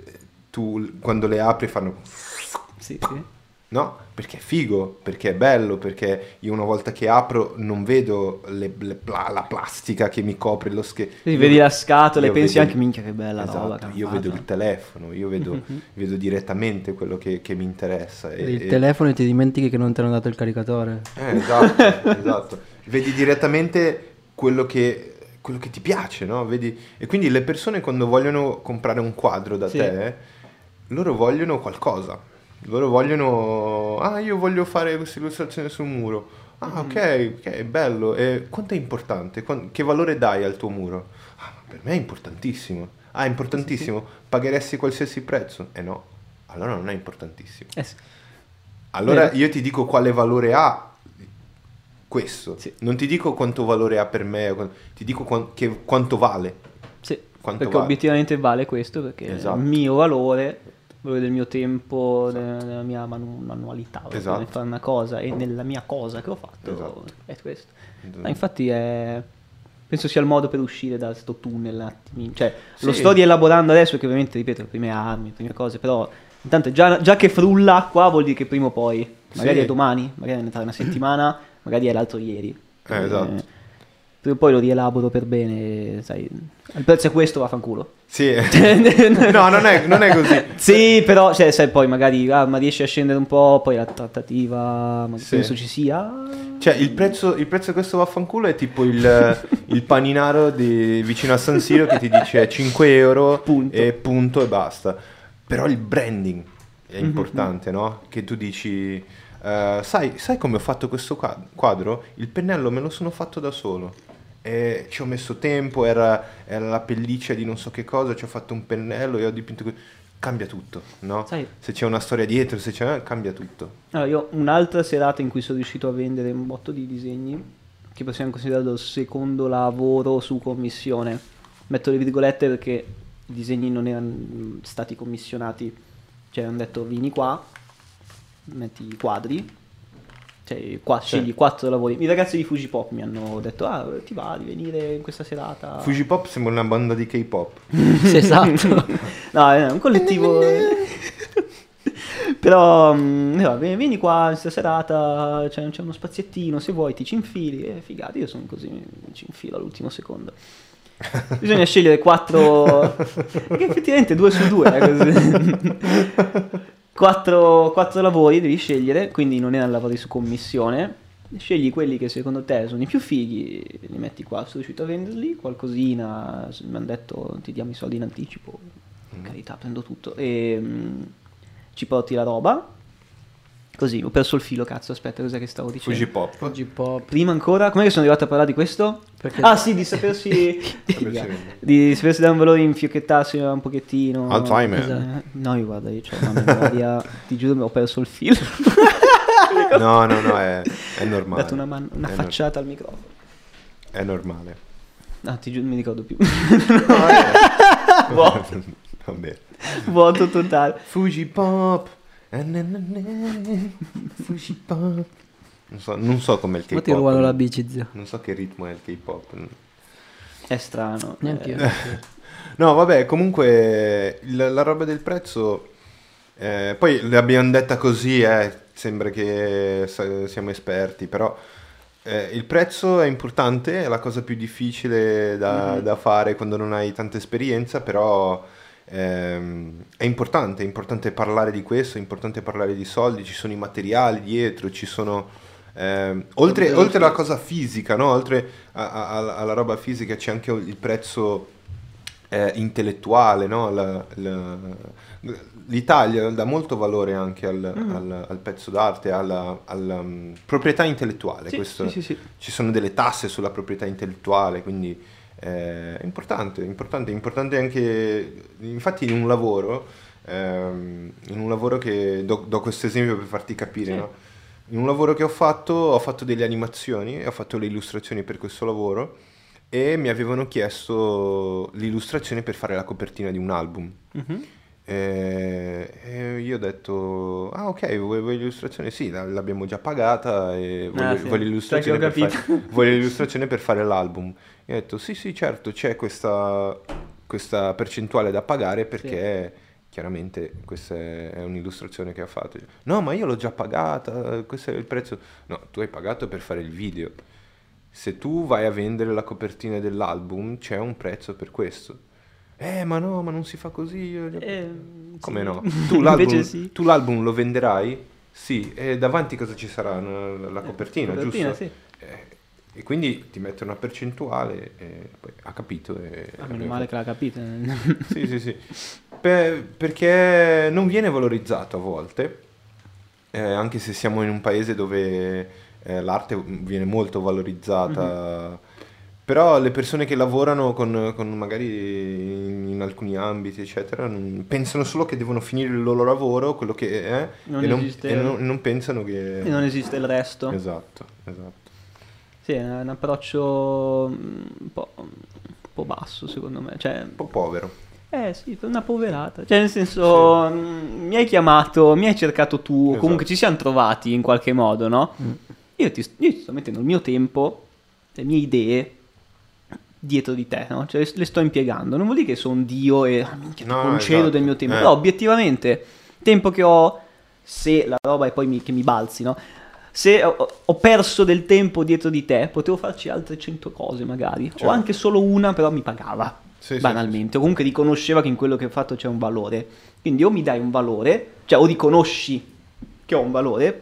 tu quando le apri fanno... Sì, sì. No? Perché è figo, perché è bello, perché io una volta che apro non vedo le- le pla- la plastica che mi copre lo schermo. Sì, vedi la scatola e io pensi vedo- anche, minchia che bella Esatto, roba che hanno io fatto. vedo il telefono, io vedo, Mhm. vedo direttamente quello che, che mi interessa. e- Il e- telefono e ti dimentichi che non ti hanno dato il caricatore. Eh, esatto, esatto. Vedi direttamente quello che, quello che ti piace, no? Vedi... E quindi le persone quando vogliono comprare un quadro da Sì. te, loro vogliono qualcosa. Loro vogliono... Ah, io voglio fare questa illustrazione sul muro. Ah, ok, ok, bello. E quanto è importante? Quan- Che valore dai al tuo muro? Ah, per me è importantissimo. Ah, è importantissimo. Pagheresti qualsiasi prezzo? Eh no, allora non è importantissimo. Eh sì. Allora Vero. io ti dico quale valore ha questo. Sì. Non ti dico quanto valore ha per me, quan- ti dico quan- che- quanto vale. Sì, Quanto perché vale. obiettivamente vale questo, perché Esatto. il mio valore, il valore del mio tempo, della, della mia manu- manualità, proprio Esatto. nel fare una cosa e nella mia cosa che ho fatto, Esatto. è questo. Esatto. Ma infatti è... penso sia il modo per uscire da sto tunnel un attimino. Cioè, lo Sì. sto rielaborando adesso, che ovviamente, ripeto, le prime armi, le prime cose, però intanto già, già che frulla qua vuol dire che prima o poi, magari Sì. è domani, magari è tra una settimana, magari è l'altro ieri. Eh, esatto. Prima o poi lo rielaboro per bene, sai, il prezzo è questo, vaffanculo. Sì. No, non è, non è così. Sì, però, cioè, sai, poi magari, ah, ma riesci a scendere un po', poi la trattativa, ma Sì. penso ci sia. Cioè, il prezzo, il prezzo di questo vaffanculo è tipo il, il paninaro di, vicino a San Siro che ti dice cinque euro Punto. e punto e basta. Però il branding è Mhm. importante, no? Che tu dici, eh, sai, sai come ho fatto questo qua- quadro? Il pennello me lo sono fatto da solo. e ci ho messo tempo, era, era la pelliccia di non so che cosa, ci ho fatto un pennello e ho dipinto così. Cambia tutto, no? Sai- Se c'è una storia dietro, se c'è, cambia tutto. Allora, io un'altra serata in cui sono riuscito a vendere un botto di disegni, che possiamo considerare il secondo lavoro su commissione. Metto le virgolette perché i disegni non erano stati commissionati, cioè hanno detto vieni qua, metti i quadri, cioè qua scegli quattro lavori. I ragazzi di Fujipop mi hanno detto ah ti va di venire in questa serata? Fujipop sembra una banda di K-pop. Sì, esatto. No, è un collettivo. Però mh, no, vieni vieni qua in questa serata, c'è, c'è uno spaziettino, se vuoi ti ci infili. E figati, io sono così, mi ci infilo all'ultimo secondo. Bisogna scegliere quattro. Perché effettivamente due su due è così. Quattro, quattro lavori devi scegliere, quindi non erano lavori su commissione. Scegli quelli che secondo te sono i più fighi, li metti qua, sono riuscito a venderli, qualcosina, mi hanno detto ti diamo i soldi in anticipo, in carità prendo tutto, e mh, ci porti la roba, così, ho perso il filo, cazzo, aspetta, cos'è che stavo dicendo? Fujipop. Fujipop. Prima ancora, com'è che sono arrivato a parlare di questo? Perché- Ah sì, di sapersi, Sapersi di sapersi dare un valore, infiocchettarsi un pochettino. Alzheimer. Eh, No, io guarda, io ho una memoria, ti giuro, ho perso il filo. No, no, no, è, è Ho normale. dato una, man- una È facciata al microfono. È normale. No, ti giuro, non mi ricordo più. Va bene. Vuoto totale. Fujipop. Eh, ne, ne, ne. Fujipop. Non so, non so com'è il Ma K-pop. ti rubano la bici, zio. Non so che ritmo è il K-pop. È strano. Neanche io. Eh, No, vabbè, comunque il- la roba del prezzo, eh, poi l'abbiamo detta così, eh, sembra che sa- siamo esperti, però eh, il prezzo è importante, è la cosa più difficile da, Mhm. da fare quando non hai tanta esperienza, però ehm, è importante, è importante parlare di questo, è importante parlare di soldi, ci sono i materiali dietro, ci sono... ehm, oltre, Ovvio, oltre alla sì. cosa fisica, no? Oltre a- a- alla alla roba fisica c'è anche il prezzo eh, intellettuale, no? La- la- L'Italia dà molto valore anche al, Mm. al- al pezzo d'arte, alla, alla, mm, proprietà intellettuale. Sì, Questo- sì, sì, sì. Ci sono delle tasse sulla proprietà intellettuale, quindi eh, è importante, è importante, è importante anche, infatti in un lavoro, ehm, in un lavoro che, do, do questo esempio per farti capire, Sì. no? In un lavoro che ho fatto, ho fatto delle animazioni, ho fatto le illustrazioni per questo lavoro e mi avevano chiesto l'illustrazione per fare la copertina di un album. Mhm. E, e io ho detto, ah ok, vuoi, vuoi l'illustrazione? Sì, la- l'abbiamo già pagata e voglio, Ah, sì. voglio l'illustrazione Sai che per ho fare, capito. voglio l'illustrazione per fare l'album. E ho detto, sì sì certo, c'è questa, questa percentuale da pagare perché chiaramente questa è è un'illustrazione che ha fatto. No, ma io l'ho già pagata, questo è il prezzo. No, tu hai pagato per fare il video. Se tu vai a vendere la copertina dell'album, c'è un prezzo per questo. Eh, ma no, ma non si fa così. io gli ho- Eh, Come sì. no? Tu l'album, Invece sì. tu l'album lo venderai? Sì, e davanti cosa ci sarà? Una- La copertina, Copertina, giusto? sì. Eh, e quindi ti mette una percentuale e poi ha capito. E Ah, meno male che l'ha capita. Sì, sì, sì. Per- perché non viene valorizzato a volte, eh, anche se siamo in un paese dove eh, l'arte viene molto valorizzata. Però le persone che lavorano con, con magari in, in alcuni ambiti, eccetera, non- pensano solo che devono finire il loro lavoro, quello che è, Non e, non, esiste- e non- non pensano che... E non esiste il resto. Esatto, esatto. Sì, è un approccio mm, un po', un po' basso secondo me. Cioè, Un po' povero. eh sì, per una poverata. Cioè, nel senso, mm, mi hai chiamato, mi hai cercato tu, o Esatto. comunque ci siamo trovati in qualche modo, no? Io, ti, io ti sto mettendo il mio tempo, le mie idee dietro di te, no? Cioè, le, le sto impiegando. Non vuol dire che sono un dio e ah, minchia, ti No, concedo esatto. del mio tempo. Eh. No, obiettivamente, tempo che ho, se la roba è poi mi- che mi balzi, no? Se ho, ho perso del tempo dietro di te, potevo farci altre cento cose magari. Certo. O anche solo una, però mi pagava. Sì, sì, banalmente, o comunque riconosceva che in quello che ho fatto c'è un valore. Quindi o mi dai un valore, cioè o riconosci che ho un valore,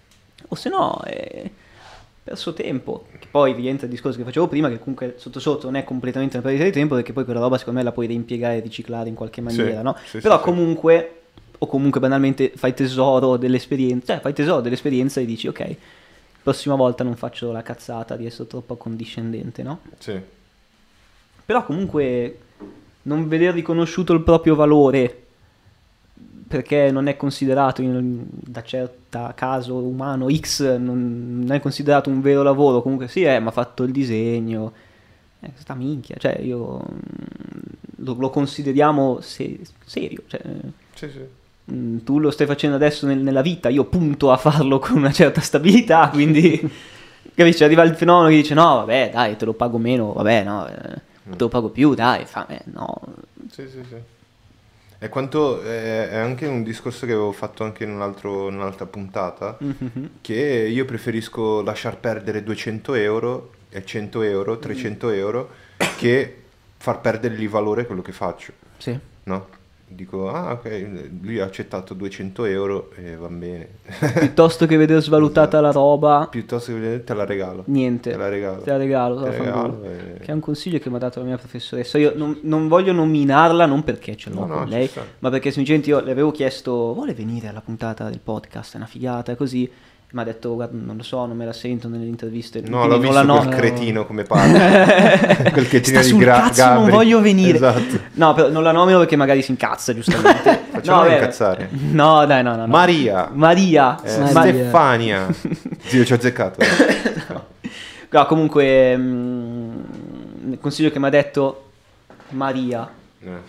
o se no è perso tempo. Che poi rientra il discorso che facevo prima, che comunque sotto sotto non è completamente una perdita di tempo, perché poi quella roba secondo me la puoi reimpiegare e riciclare in qualche maniera, Sì, no? sì, Però sì, sì. comunque, o comunque banalmente fai tesoro dell'esperienza, cioè fai tesoro dell'esperienza e dici ok, prossima volta non faccio la cazzata di essere troppo accondiscendente, no? Sì. Però comunque non veder riconosciuto il proprio valore perché non è considerato in, da certa caso umano X, non, non è considerato un vero lavoro, comunque sì, eh, ma ha fatto il disegno, eh, sta minchia, cioè io lo, lo consideriamo se, serio, cioè, Sì, sì. mh, tu lo stai facendo adesso nel- nella vita, io punto a farlo con una certa stabilità, quindi capisci, arriva il fenomeno che dice no, vabbè, dai, te lo pago meno, vabbè, no, eh, te lo pago più, dai, fa, eh, no, Sì, sì, sì. E quanto è, è anche un discorso che avevo fatto anche in un altro, in un'altra puntata, Mhm. che io preferisco lasciar perdere duecento euro e cento euro, trecento euro, che far perdere di valore quello che faccio, Sì. no? Dico, ah ok, lui ha accettato duecento euro e va bene. Piuttosto che vedere svalutata Esatto. la roba, Piuttosto che vedere, te la regalo. niente. Te la regalo. Te la regalo, Te te la la regalo fanculo. e- Che è un consiglio che mi ha dato la mia professoressa. Io non, non voglio nominarla, non perché ce l'ho No, no, con ci lei, sta. ma perché semplicemente io le avevo chiesto, vuole venire alla puntata del podcast, è una figata, e così. Mi ha detto, guarda, non lo so, non me la sento nelle interviste. No, quindi l'ho non visto la no- quel cretino come parla. Quel cretino Sta di sul Gra- cazzo, non Gabri. voglio venire. Esatto. No, però non la nomino perché magari si incazza, giustamente. Facciamola no, vabbè. incazzare. No, dai, no, no. no. Maria. Maria. Eh, Maria. Stefania. Zio, ci ho azzeccato. No, comunque, mm, il consiglio che mi ha detto Maria, Eh,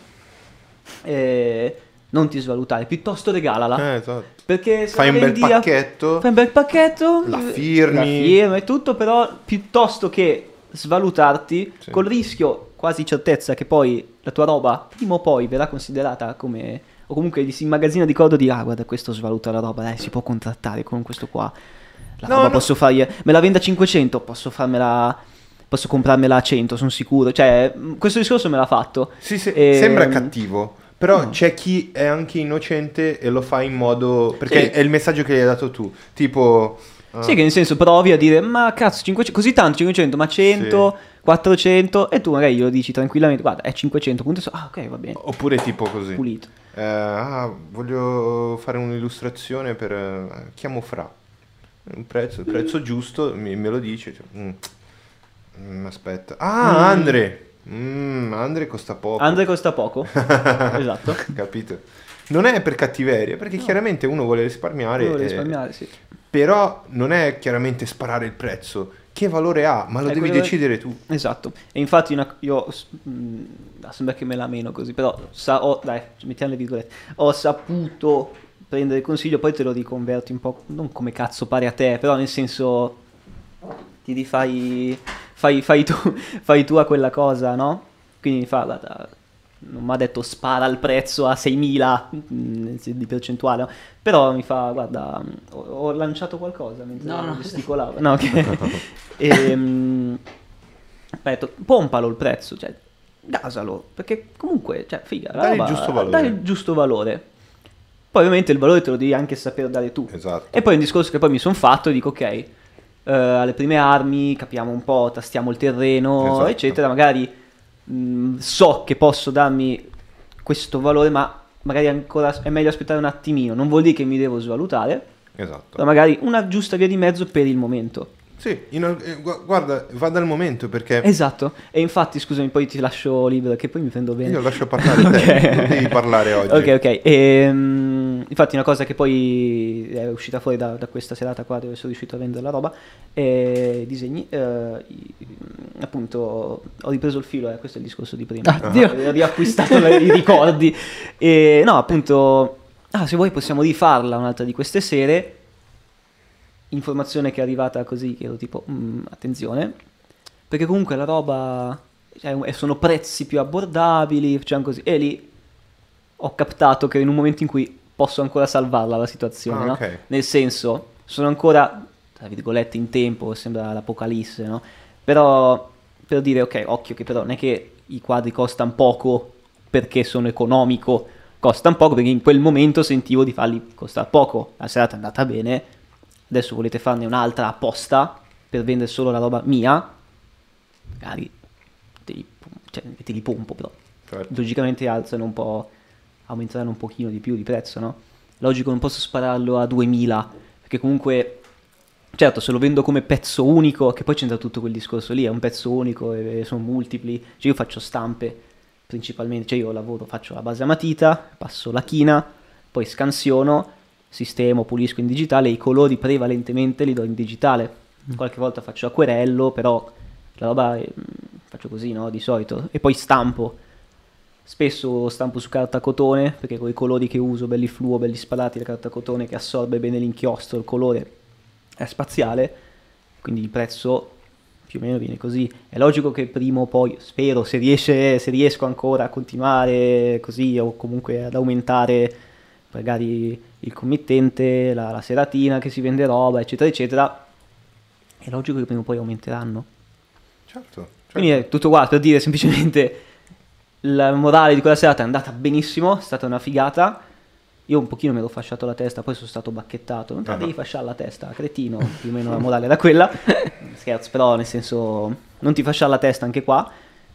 eh, non ti svalutare, piuttosto regalala. eh, esatto. Perché se Fai la un bel vendi a- pacchetto. Fai un bel pacchetto, La eh, firmi. la firma e tutto, però piuttosto che svalutarti, Sì. col rischio, quasi certezza, che poi la tua roba prima o poi verrà considerata come, o comunque si immagazzina di ricordo di, ah guarda questo svaluta la roba, dai si può contrattare con questo qua, la No, roba no. posso fargli, me la vendo a cinquecento, posso farmela, posso comprarmela a cento, sono sicuro, cioè mh, questo discorso me l'ha fatto. Sì, sì, Ehm, sembra cattivo. Però no. c'è chi è anche innocente e lo fa in modo... Perché Sì. è il messaggio che gli hai dato tu. Tipo... ah, Sì, che nel senso provi a dire, ma cazzo, cinquecento, così tanto, cinquecento, ma cento, quattrocento, e tu magari glielo dici tranquillamente, guarda, è cinquecento, punto, so- ah ok, va bene, Oppure tipo così. pulito. Eh, ah, voglio fare un'illustrazione per... eh, chiamo Fra. Un prezzo, il prezzo giusto, mi- me lo dice. Cioè, mm, mm, aspetta. Ah, Mm. Andre. Mm, Andre costa poco. Andre costa poco, esatto. Capito? Non è per cattiveria, perché chiaramente uno vuole risparmiare. Volevo eh, risparmiare, sì. Però non è chiaramente sparare il prezzo. Che valore ha? Ma lo È devi quello- decidere tu. Esatto, e infatti una- io, s- mh, sembra che me la meno così, però sa- ho, dai, mettiamo le virgolette, ho saputo prendere il consiglio, poi te lo riconverti un po', non come cazzo pare a te, però nel senso ti rifai, fai, fai, tu, fai tu a quella cosa, no? Quindi mi fa, guarda, non mi ha detto spara il prezzo a seimila mh, di percentuale, no? Però mi fa, guarda, ho, ho lanciato qualcosa mentre No, no. gesticolavo. No, ok. Ehm, ho detto, pompalo il prezzo, cioè, gasalo, perché comunque, cioè, figa, la Dai il roba- giusto valore. dai il giusto valore. Poi ovviamente il valore te lo devi anche saper dare tu. Esatto. E poi un discorso che poi mi sono fatto, dico ok, eh, alle prime armi capiamo un po', tastiamo il terreno, Esatto. eccetera, magari mh, so che posso darmi questo valore, ma magari ancora è meglio aspettare un attimino, non vuol dire che mi devo svalutare, Esatto. però magari una giusta via di mezzo per il momento. Sì, in al- eh, gu- guarda, va dal momento perché Esatto, e infatti scusami, poi ti lascio libero che poi mi prendo bene. io lascio parlare te, Ok. non devi parlare oggi. Ok, ok. Ehm, infatti una cosa che poi è uscita fuori da, da questa serata qua dove sono riuscito a vendere la roba è disegni. eh, i- appunto ho ripreso il filo, eh, questo è il discorso di prima. Ah, Dio. Ho riacquistato le- i ricordi. E, no, appunto, ah, se vuoi possiamo rifarla un'altra di queste sere. Informazione che è arrivata così, che ero tipo, "Mm, attenzione, perché comunque la roba, cioè, sono prezzi più abbordabili, facciamo così, e lì ho captato che in un momento in cui posso ancora salvarla la situazione, Ah, no? ok. Nel senso, sono ancora, tra virgolette, in tempo, sembra l'apocalisse, no? Però, per dire, ok, occhio che però non è che i quadri costano poco perché sono economico, costano poco perché in quel momento sentivo di farli costare poco, la serata è andata bene, adesso volete farne un'altra apposta per vendere solo la roba mia, magari te li, cioè, te li pompo, però Certo. logicamente alzano un po', aumentano un pochino di più di prezzo, no? Logico, non posso spararlo a duemila, perché comunque certo, se lo vendo come pezzo unico, che poi c'entra tutto quel discorso lì, è un pezzo unico e sono multipli, cioè io faccio stampe principalmente, cioè io lavoro, faccio la base a matita, passo la china, poi scansiono, sistemo, pulisco in digitale, i colori prevalentemente li do in digitale, qualche volta faccio acquerello, però la roba è, faccio così, no, di solito, e poi stampo. Spesso stampo su carta cotone, perché con i colori che uso, belli fluo, belli spalati, la carta cotone che assorbe bene l'inchiostro, il colore è spaziale, quindi il prezzo più o meno viene così. È logico che prima o poi, spero, se, riesce, se riesco ancora a continuare così o comunque ad aumentare magari il committente, la, la seratina che si vende roba, eccetera, eccetera, è logico che prima o poi aumenteranno. Certo, certo. Quindi è tutto qua, per dire semplicemente la morale di quella serata è andata benissimo, è stata una figata. Io un pochino mi ero fasciato la testa, poi sono stato bacchettato. Non te la Ah. devi fasciare la testa, cretino, più o meno la morale era quella. Scherzo, però nel senso, non ti fasciare la testa anche qua.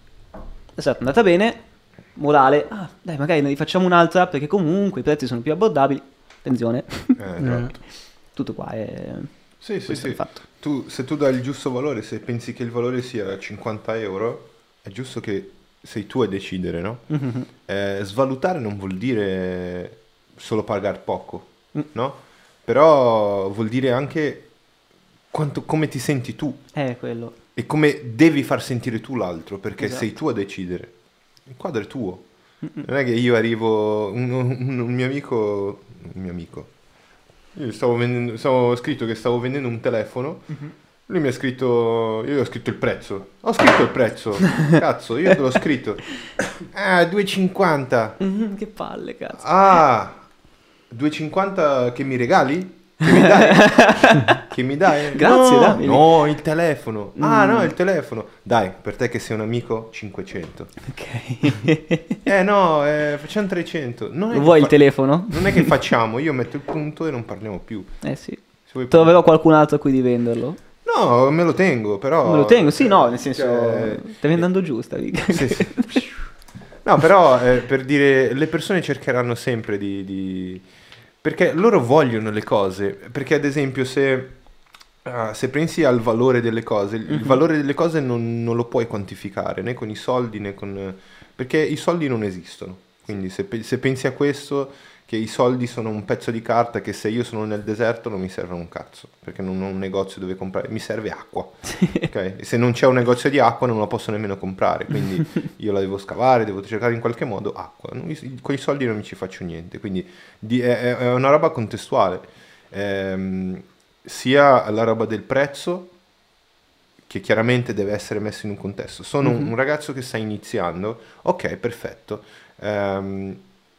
La serata è andata bene, morale, ah, dai, magari ne rifacciamo un'altra, perché comunque i prezzi sono più abbordabili. Attenzione, Eh, esatto. tutto qua è... Sì, sì, questo è sì. il fatto. Tu, se tu dai il giusto valore, se pensi che il valore sia cinquanta euro, è giusto che sei tu a decidere, no? Mhm. Eh, svalutare non vuol dire solo pagare poco, Mm. no? Però vuol dire anche quanto, come ti senti tu È quello. e come devi far sentire tu l'altro, perché Esatto. sei tu a decidere. Il quadro è tuo. Mm-mm. Non è che io arrivo, un, un- un mio amico, un mio amico, io stavo vendendo, stavo scritto che stavo vendendo un telefono. Mhm. Lui mi ha scritto, io ho scritto il prezzo. Ho scritto il prezzo. Cazzo, io te l'ho scritto. Ah, due e cinquanta. Mhm, che palle, cazzo. Ah, due e cinquanta che mi regali? Che mi dai? Che mi dai? Grazie, no, dammi. no, il telefono. Ah, Mm. no, il telefono. Dai, per te che sei un amico, cinquecento. Ok. Eh no, eh, facciamo trecento. Non è Lo che vuoi il fa- telefono? Non è che facciamo, io metto il punto e non parliamo più. Eh sì. Se vuoi- Troverò qualcun altro a cui rivenderlo. No, me lo tengo, però... Me lo tengo, sì, no, nel senso, cioè, stai andando giù, stavi. sì, sì. No, però eh, per dire, le persone cercheranno sempre di, di- perché loro vogliono le cose. Perché ad esempio se, ah, se pensi al valore delle cose, il, il Mhm. valore delle cose non, non lo puoi quantificare né con i soldi né con... perché i soldi non esistono. Quindi se, pe- se pensi a questo, che i soldi sono un pezzo di carta che se io sono nel deserto non mi serve un cazzo, perché non ho un negozio dove comprare, mi serve acqua. Ok? E se non c'è un negozio di acqua non la posso nemmeno comprare, quindi io la devo scavare, devo cercare in qualche modo acqua. Non mi- con i soldi non mi ci faccio niente, quindi di- è, è- è una roba contestuale. Ehm, sia la roba del prezzo, che chiaramente deve essere messo in un contesto. Sono un- Mhm. un ragazzo che sta iniziando, ok, perfetto. Ehm,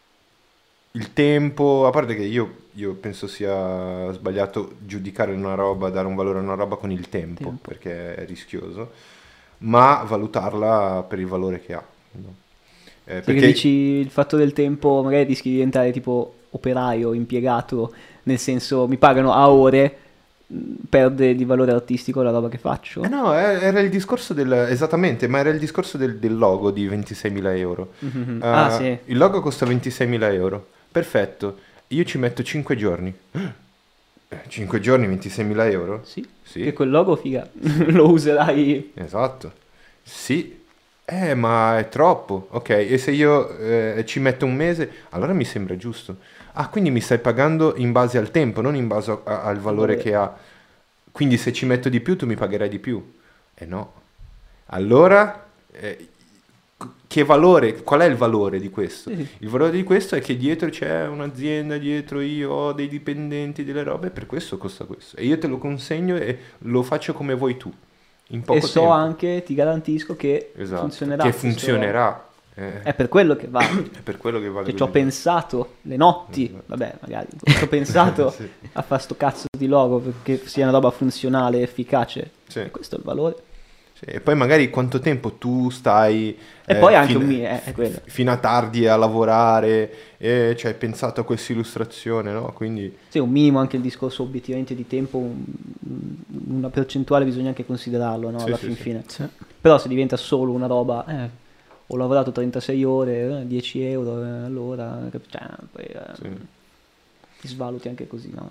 il tempo, a parte che io, io penso sia sbagliato giudicare una roba, dare un valore a una roba con il tempo, Tempo. perché è rischioso, ma valutarla per il valore che ha. no? Eh, Perché perché dici il fatto del tempo, magari rischi di diventare tipo operaio, impiegato, nel senso mi pagano a ore, mh, perde di valore artistico la roba che faccio. Eh no, eh, era il discorso del... Esattamente, ma era il discorso del, del logo di ventiseimila euro. Mhm. Eh, Ah sì, Il logo costa ventiseimila euro. Perfetto. Io ci metto cinque giorni. cinque giorni, ventiseimila euro? sì, Sì, che quel logo figa, lo userai. esatto. Sì. Eh, ma è troppo. Ok, e se io eh, ci metto un mese, allora mi sembra giusto. Ah, quindi mi stai pagando in base al tempo, non in base a- al valore valore. che ha. Quindi se ci metto di più, tu mi pagherai di più. Eh no. Allora, eh, che valore, qual è il valore di questo? Sì, sì. Il valore di questo è che dietro c'è un'azienda, dietro io ho dei dipendenti, delle robe, e per questo costa questo. E io te lo consegno e lo faccio come vuoi tu, in poco E so tempo. anche, ti garantisco che Esatto, funzionerà. che questo- funzionerà. Eh, È per quello che va. è per quello che vale Che ci ho così. pensato le notti, Esatto. vabbè, magari ci ho pensato Sì, a fare sto cazzo di logo perché sia una roba funzionale e efficace. sì, E questo è il valore. sì. E poi magari quanto tempo tu stai... E eh, poi anche fin- un mi- eh, è quello. fino a tardi a lavorare e ci hai pensato a questa illustrazione, no? Quindi... Sì, un minimo anche il discorso obiettivamente di tempo, un- una percentuale bisogna anche considerarlo, no? Sì, Alla sì, fin sì. fine. Sì. Però se diventa solo una roba, eh, ho lavorato trentasei ore, eh, dieci euro, eh, allora, cap- cioè, poi eh, Sì. ti svaluti anche così, no?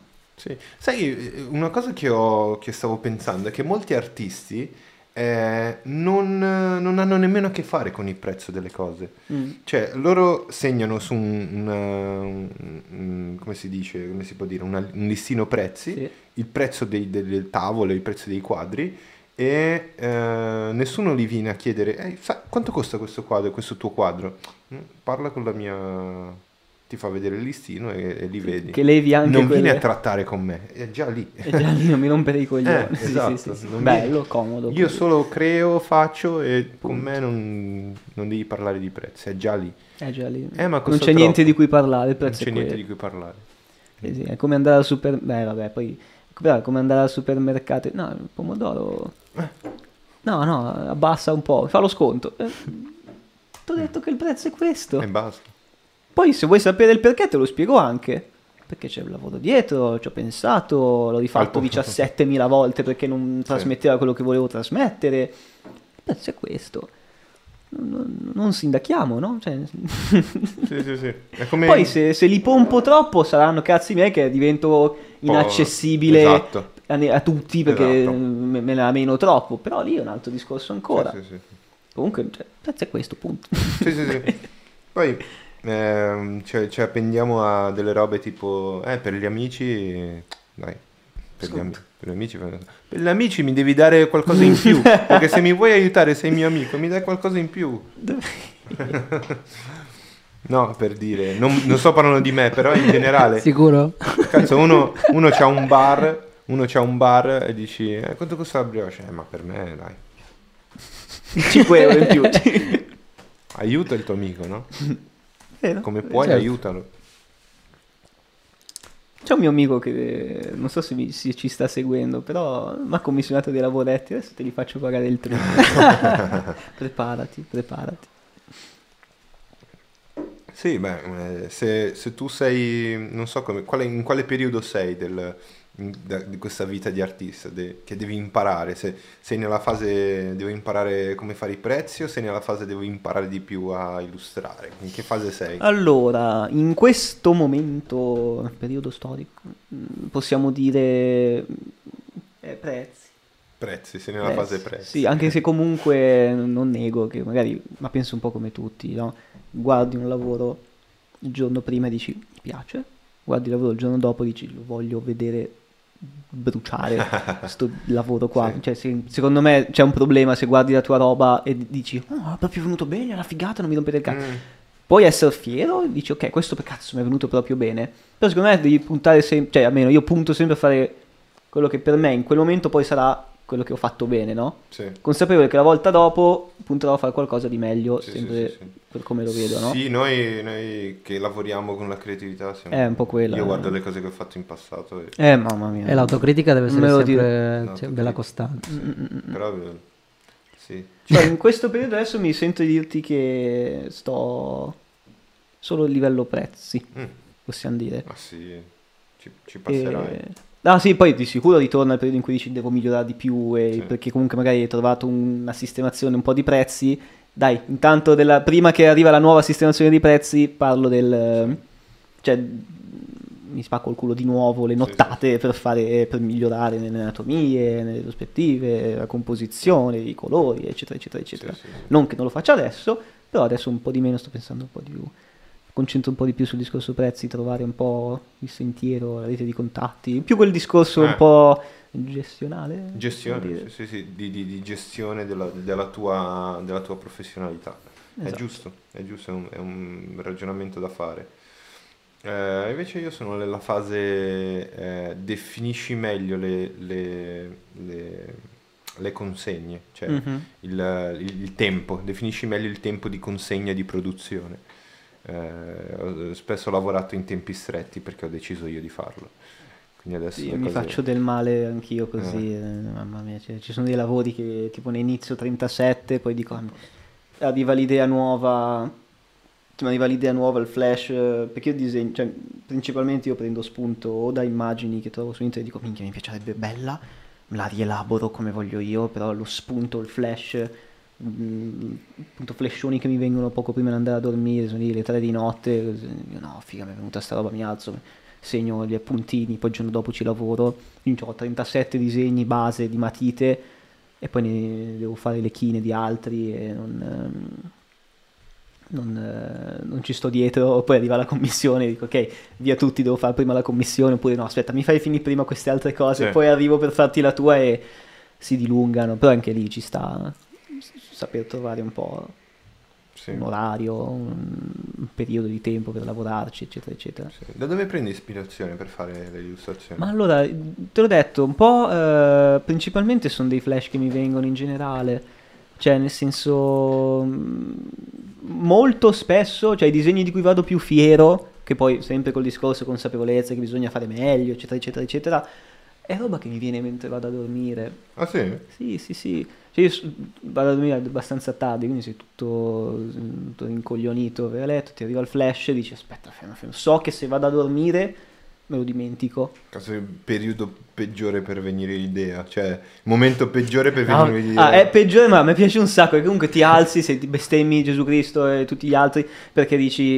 Sì. Sai, una cosa che, ho, che stavo pensando è che molti artisti eh, non, non hanno nemmeno a che fare con il prezzo delle cose. Mm. Cioè, loro segnano su un, una- un- un- come si dice, come si può dire, una- un listino prezzi, Sì. il prezzo dei- delle tavole, il prezzo dei quadri e eh, nessuno gli viene a chiedere, "Ehi, sa- quanto costa questo quadro, questo tuo quadro? "Mm, Parla con la mia... Ti fa vedere il listino e, e li vedi. Che levi anche Non vieni quelle... a trattare con me, è già lì. E già lì non mi rompere i coglioni. Eh, Sì, esatto, sì, sì, sì. non Bello, mi- comodo. Io così. solo creo, faccio e con Punto. me non, non devi parlare di prezzi, è già lì. È già lì. Eh, ma non costa c'è niente troppo. di cui parlare, il Non prezzo c'è è niente quello. di cui parlare. Sì, sì, è come andare al super... Beh, vabbè, poi... Però è come andare al supermercato... No, il pomodoro... No, no, abbassa un po', fa lo sconto. Eh, ti ho detto che il prezzo è questo. E basta. Poi se vuoi sapere il perché te lo spiego anche. Perché c'è un lavoro dietro, ci ho pensato, l'ho rifatto Al- diciassettemila volte perché non trasmetteva quello che volevo trasmettere. Il prezzo è questo. Non, non- non sindachiamo, no? Cioè... Sì, sì, sì. È come... Poi se, se li pompo troppo saranno cazzi miei che divento inaccessibile Esatto. a, ne- a tutti perché Esatto. me, me la meno troppo. Però lì è un altro discorso ancora. Sì, sì, sì. Comunque, cioè, il prezzo è questo, punto. Sì, sì, sì. Poi ehm, cioè, ci appendiamo a delle robe tipo, eh, per gli amici, dai, per gli, ami- per gli amici, per per gli amici mi devi dare qualcosa in più, perché se mi vuoi aiutare, sei mio amico, mi dai qualcosa in più. No, per dire, non, non sto parlando di me, però in generale, Sicuro? cazzo, uno, uno c'ha un bar, uno c'ha un bar e dici, eh, quanto costa la brioche? Eh, ma per me, dai, cinque euro in più. aiuta il tuo amico, no? Vero? Come puoi, Certo. aiutalo. C'è un mio amico che non so se, mi- se ci sta seguendo, però mi ha commissionato dei lavoretti, adesso te li faccio pagare il triplo. preparati, preparati. Sì, beh, eh, se, se tu sei, non so come, quale- in quale periodo sei del- in- da- di questa vita di artista, de- che devi imparare, se sei nella fase devo imparare come fare i prezzi o sei nella fase devo imparare di più a illustrare, in che fase sei? Allora, in questo momento, periodo storico, mh, possiamo dire eh, prezzi. Prezzi, sei nella Prezzi. fase prezzi. Sì, anche se comunque non nego che magari, ma penso un po' come tutti, no? Guardi un lavoro il giorno prima e dici mi piace, guardi il lavoro il giorno dopo e dici lo voglio vedere bruciare questo lavoro qua. Sì. Cioè, se- secondo me c'è un problema se guardi la tua roba e dici oh, è proprio venuto bene, è una figata, non mi rompete il cazzo. Mm, Puoi essere fiero e dici ok, questo per cazzo mi è venuto proprio bene. Però secondo me devi puntare sempre, cioè almeno io punto sempre a fare quello che per me in quel momento poi sarà quello che ho fatto bene, no? sì. Consapevole che la volta dopo punterò a fare qualcosa di meglio, Sì, sempre sì, sì, sì. per come lo vedo, no? Sì, noi, noi che lavoriamo con la creatività siamo... È un po' quella, Io guardo eh. le cose che ho fatto in passato e... Eh, mamma mia. E l'autocritica deve Non essere me lo sempre dire. cioè, L'autocritica. bella costante. Mm, mm, mm. Però, eh, sì. Cioè, in questo periodo adesso mi sento di dirti che sto solo a livello prezzi, Mm, possiamo dire. ma sì, ci, ci passerai. E... Ah sì, poi di sicuro ritorna il periodo in cui dici devo migliorare di più e Sì. perché comunque magari hai trovato una sistemazione un po' di prezzi. Dai, intanto della... prima che arriva la nuova sistemazione di prezzi parlo del... cioè mi spacco il culo di nuovo le Sì, nottate per fare per migliorare nelle anatomie, nelle prospettive, la composizione, i colori, eccetera, eccetera, eccetera. Sì, sì, sì. Non che non lo faccia adesso, però adesso un po' di meno, sto pensando un po' di più. Concentro un po' di più sul discorso prezzi, trovare un po' il sentiero, la rete di contatti, più quel discorso Eh. un po' gestionale. Gestione, come dire. sì, sì, sì, di, di- di gestione della, della tua, della tua professionalità. È Esatto. giusto, è giusto, è un, è un ragionamento da fare. Eh, invece io sono nella fase eh, definisci meglio le, le- le- le consegne, cioè Mhm. il, il- il tempo, definisci meglio il tempo di consegna e di produzione. Eh, ho spesso ho lavorato in tempi stretti perché ho deciso io di farlo. Quindi adesso Sì, le mi cose- faccio del male anch'io così, eh, mamma mia, cioè, ci sono dei lavori che tipo ne inizio trentasette, poi dico, ah, arriva l'idea nuova, mi arriva l'idea nuova, il flash, eh, perché io disegno, cioè principalmente io prendo spunto o da immagini che trovo su internet e dico, minchia mi piacerebbe bella, me la rielaboro come voglio io, però lo spunto, il flash, mm, appunto flashoni che mi vengono poco prima di andare a dormire, sono lì le tre di notte, così, io, no figa mi è venuta sta roba, mi alzo, segno gli appuntini, poi il giorno dopo ci lavoro, quindi ho trentasette disegni base di matite e poi ne devo fare le chine di altri e non, ehm, non, eh, non ci sto dietro, poi arriva la commissione e dico ok, via tutti, devo fare prima la commissione, oppure no, aspetta, mi fai finire prima queste altre cose, Sì. poi arrivo per farti la tua e si dilungano, però anche lì ci sta saper trovare un po' Sì. un orario, un, un periodo di tempo per lavorarci, eccetera, eccetera. Sì. Da dove prendi ispirazione per fare le illustrazioni? Ma allora, te l'ho detto, un po' eh, principalmente sono dei flash che mi vengono in generale, cioè nel senso mh, molto spesso, cioè i disegni di cui vado più fiero, che poi sempre col discorso consapevolezza che bisogna fare meglio, eccetera, eccetera, eccetera, è roba che mi viene mentre vado a dormire. Ah sì? Sì, sì, sì. Cioè io s- vado a dormire abbastanza tardi, quindi sei tutto, tutto rincoglionito per letto, ti arriva il flash e dici aspetta, fermo, fermo. So che se vado a dormire me lo dimentico. Caso il periodo peggiore per venire l'idea, cioè il momento peggiore per No, venire l'idea. ah, è peggiore, ma mi piace un sacco, perché comunque ti alzi, se ti bestemmi Gesù Cristo e tutti gli altri, perché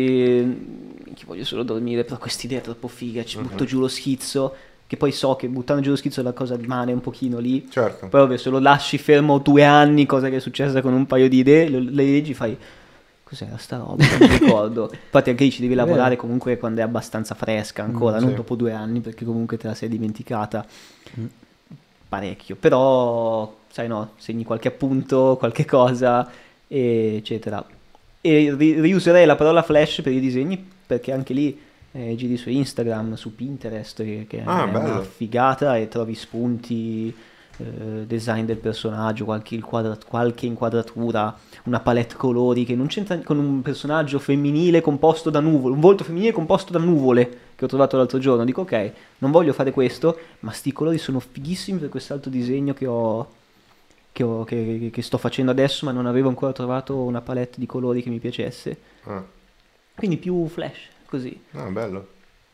dici che voglio solo dormire, però quest'idea è troppo figa, ci butto Mhm. giù lo schizzo, che poi so che buttando giù lo schizzo la cosa rimane un pochino lì. Certo. Poi ovvio, se lo lasci fermo due anni, cosa che è successa con un paio di idee, lo- le leggi, fai cos'era sta roba, non mi ricordo. Infatti anche lì ci devi È vero. lavorare comunque quando è abbastanza fresca ancora, Mm, non sì. dopo due anni, perché comunque te la sei dimenticata Mm. parecchio. Però, sai no, segni qualche appunto, qualche cosa, e- eccetera. E ri- riuserei la parola flash per i disegni, perché anche lì eh, giri su Instagram, su Pinterest, che, che Ah, è bello. una figata, e trovi spunti, eh, design del personaggio, qualche, inquadrat- qualche inquadratura, una palette colori che non c'entra con un personaggio femminile composto da nuvole, un volto femminile composto da nuvole che ho trovato l'altro giorno. Dico ok, non voglio fare questo, ma sti colori sono fighissimi per quest'altro disegno che ho, che, ho- che- che sto facendo adesso, ma non avevo ancora trovato una palette di colori che mi piacesse. Ah, Quindi più flash, così. ah, bello.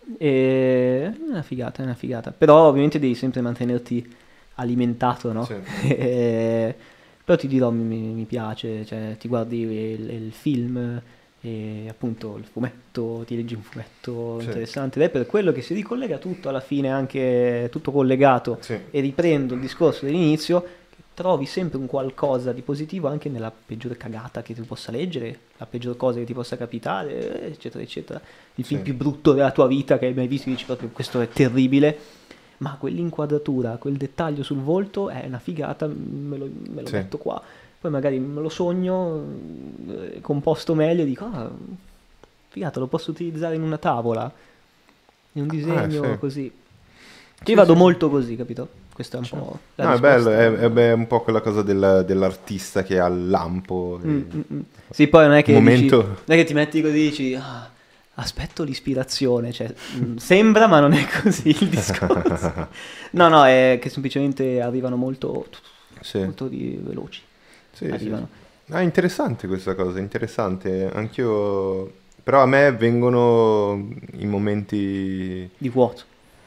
E è una figata, è una figata. Però ovviamente devi sempre mantenerti alimentato, no? Sì. Eh, Però ti dirò, mi, mi- mi piace, cioè ti guardi il, il film e appunto il fumetto, ti leggi un fumetto Sì. interessante, ed è per quello che si ricollega tutto alla fine, anche tutto collegato. Sì. E riprendo il discorso dell'inizio, che trovi sempre un qualcosa di positivo anche nella peggiore cagata che tu possa leggere, la peggior cosa che ti possa capitare, eccetera, eccetera. Il film Sì. più brutto della tua vita che hai mai visto, dici proprio questo è terribile, ma quell'inquadratura, quel dettaglio sul volto è una figata, me lo, me lo Sì. metto qua. Poi magari me lo sogno, eh, composto meglio, e dico, ah, figata, lo posso utilizzare in una tavola, in un disegno, sì. così. Sì, Io vado sì. molto così, capito? Questa è un po' la No, è bello, risposta. è, è- è un po' quella cosa del- dell'artista che ha il lampo. e- Mm, mm, mm. Sì, poi non è che Momento- dici, non è che ti metti così e dici, ah, aspetto l'ispirazione, cioè, mm, sembra ma non è così il discorso. No, no, è che semplicemente arrivano molto, Sì. molto di- veloci. Sì, sì, arrivano. sì. Ah, interessante questa cosa, interessante. Anch'io... Però a me vengono i momenti... Di vuoto.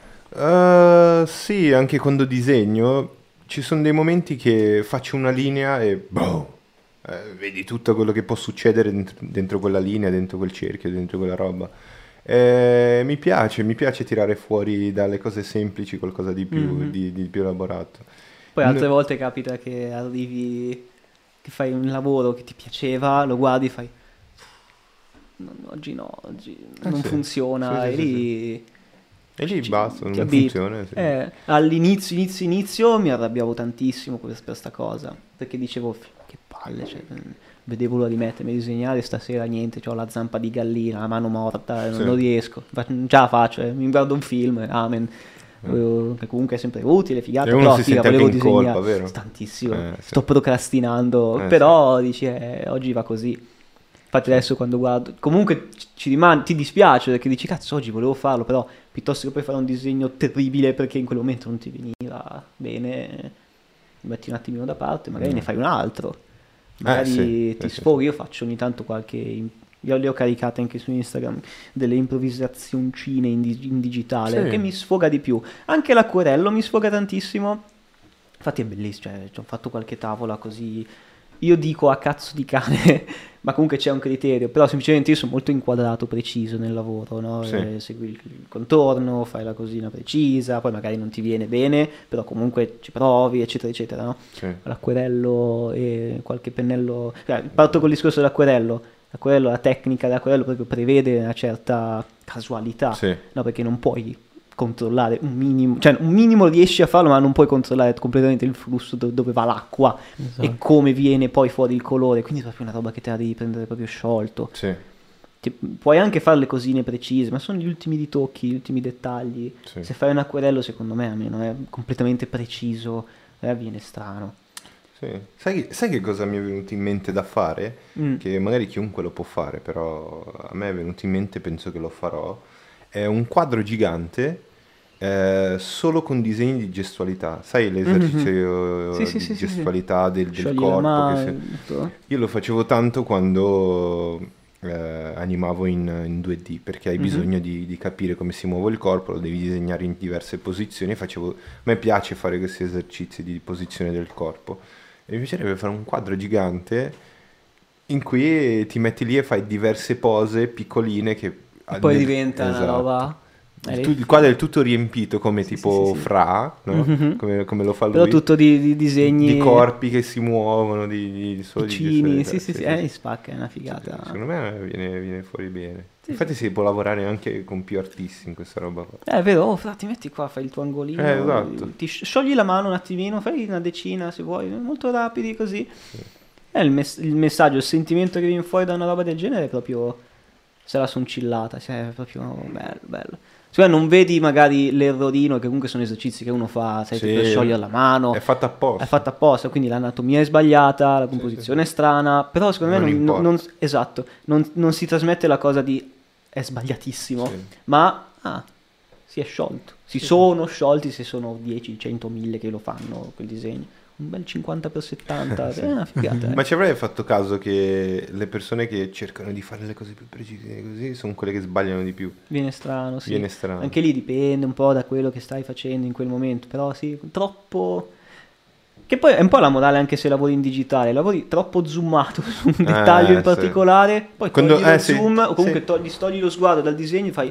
Eh, sì, anche quando disegno ci sono dei momenti che faccio una linea e boh, eh, vedi tutto quello che può succedere dentro, dentro quella linea, dentro quel cerchio, dentro quella roba. Eh, mi piace, mi piace tirare fuori dalle cose semplici qualcosa di più, Mhm. di, di più elaborato. Poi altre No. volte capita che arrivi, che fai un lavoro che ti piaceva, lo guardi e fai, "No, oggi no, oggi Eh, non sì. funziona", Sì, e sì, sì, lì... E lì ci- basta, ti non abitui. funziona. Sì. Eh, all'inizio, inizio, inizio mi arrabbiavo tantissimo per, per sta cosa, perché dicevo, "F- che palle, cioè, mm, vedevo l'ora di mettermi a disegnare, stasera niente, ho la zampa di gallina, la mano morta, non, Sì. non riesco, Fa- non ce la faccio, eh, mi guardo un film, amen. Eh. Volevo- che comunque è sempre utile, figata, E uno però si figa, sente anche volevo in colpa, disegnare vero? tantissimo, Eh, sì. sto procrastinando, Eh, però dici, eh, oggi va così. Infatti adesso quando guardo, comunque ci- ci rimane, ti dispiace perché dici cazzo oggi volevo farlo, però piuttosto che poi fare un disegno terribile perché in quel momento non ti veniva bene, lo metti un attimino da parte, magari Mm. ne fai un altro, magari sì, ti sì, sì, sfoghi. Io faccio ogni tanto qualche, io le ho caricate anche su Instagram, delle improvvisazioncine in, di- in digitale Sì. che mi sfoga di più, anche l'acquerello mi sfoga tantissimo, infatti è bellissimo, cioè ci ho fatto qualche tavola così io dico a cazzo di cane, ma comunque c'è un criterio, però semplicemente io sono molto inquadrato, preciso nel lavoro, no? Sì. Eh, segui il il contorno, fai la cosina precisa, poi magari non ti viene bene, però comunque ci provi, eccetera, eccetera, no? Sì. L'acquerello e qualche pennello, cioè, parto col discorso dell'acquerello, l'acquerello, la tecnica dell'acquerello proprio prevede una certa casualità, Sì. no? Perché non puoi controllare un minimo, cioè un minimo riesci a farlo, ma non puoi controllare completamente il flusso do- dove va l'acqua Esatto. e come viene poi fuori il colore, quindi è proprio una roba che te la devi prendere proprio sciolto. Sì. Ti- puoi anche fare le cosine precise, ma sono gli ultimi ritocchi, gli ultimi dettagli. Sì. Se fai un acquerello, secondo me, almeno è completamente preciso, eh, viene strano. Sì. Sai, sai che cosa mi è venuto in mente da fare? Mm. Che magari chiunque lo può fare, però a me è venuto in mente, penso che lo farò. È un quadro gigante eh, solo con disegni di gestualità. Sai l'esercizio Mhm. Sì, sì, di sì, sì, sì. gestualità del, del Sciogli la corpo? Che mano, se- tutto. Io lo facevo tanto quando eh, animavo in, in due D, perché hai Mhm. bisogno di, di capire come si muove il corpo, lo devi disegnare in diverse posizioni. Facevo, a me piace fare questi esercizi di posizione del corpo. E mi piacerebbe fare un quadro gigante in cui ti metti lì e fai diverse pose piccoline che... E poi nel- diventa una esatto. roba... Il, tu- il quadro è tutto riempito come Sì, tipo sì, sì, sì. Fra, no? Mhm. Come, come lo fa lui. Però tutto di, di disegni Di corpi che si muovono, di, di solo di piccini, gestualità. sì, sì, sì, eh, spacca, è una Sì, figata. secondo me viene, viene fuori bene. Sì, Infatti si può lavorare anche con più artisti in questa roba qua. Eh, è vero, oh, fra, ti metti qua, fai il tuo angolino, Eh, esatto. ti sci- sciogli la mano un attimino, fai una decina se vuoi, molto rapidi così. Eh, il, mess- il messaggio, il sentimento che viene fuori da una roba del genere è proprio, se la son chillata, cioè è proprio bello, bello. Secondo me non vedi magari l'errorino, che comunque sono esercizi che uno fa, sai, Sì. per sciogliere la mano, È fatta apposta. è fatta apposta, quindi l'anatomia è sbagliata, la composizione è strana, però secondo Non me non, importa. non- esatto, non, non si trasmette la cosa di è sbagliatissimo, Sì. ma ah, si è sciolto, si sono sciolti se sono dieci, cento, mille che lo fanno quel disegno, un bel cinquanta per settanta, Sì. è una figata, eh. Ma ci avrei fatto caso che le persone che cercano di fare le cose più precise così sono quelle che sbagliano di più. Viene strano, sì. Viene strano. Anche lì dipende un po' da quello che stai facendo in quel momento, però sì, troppo... Che poi è un po' la morale anche se lavori in digitale, lavori troppo zoomato su un dettaglio Eh, in particolare, poi Quando- togli lo eh, sì, zoom o comunque sì. togli, togli lo sguardo dal disegno e fai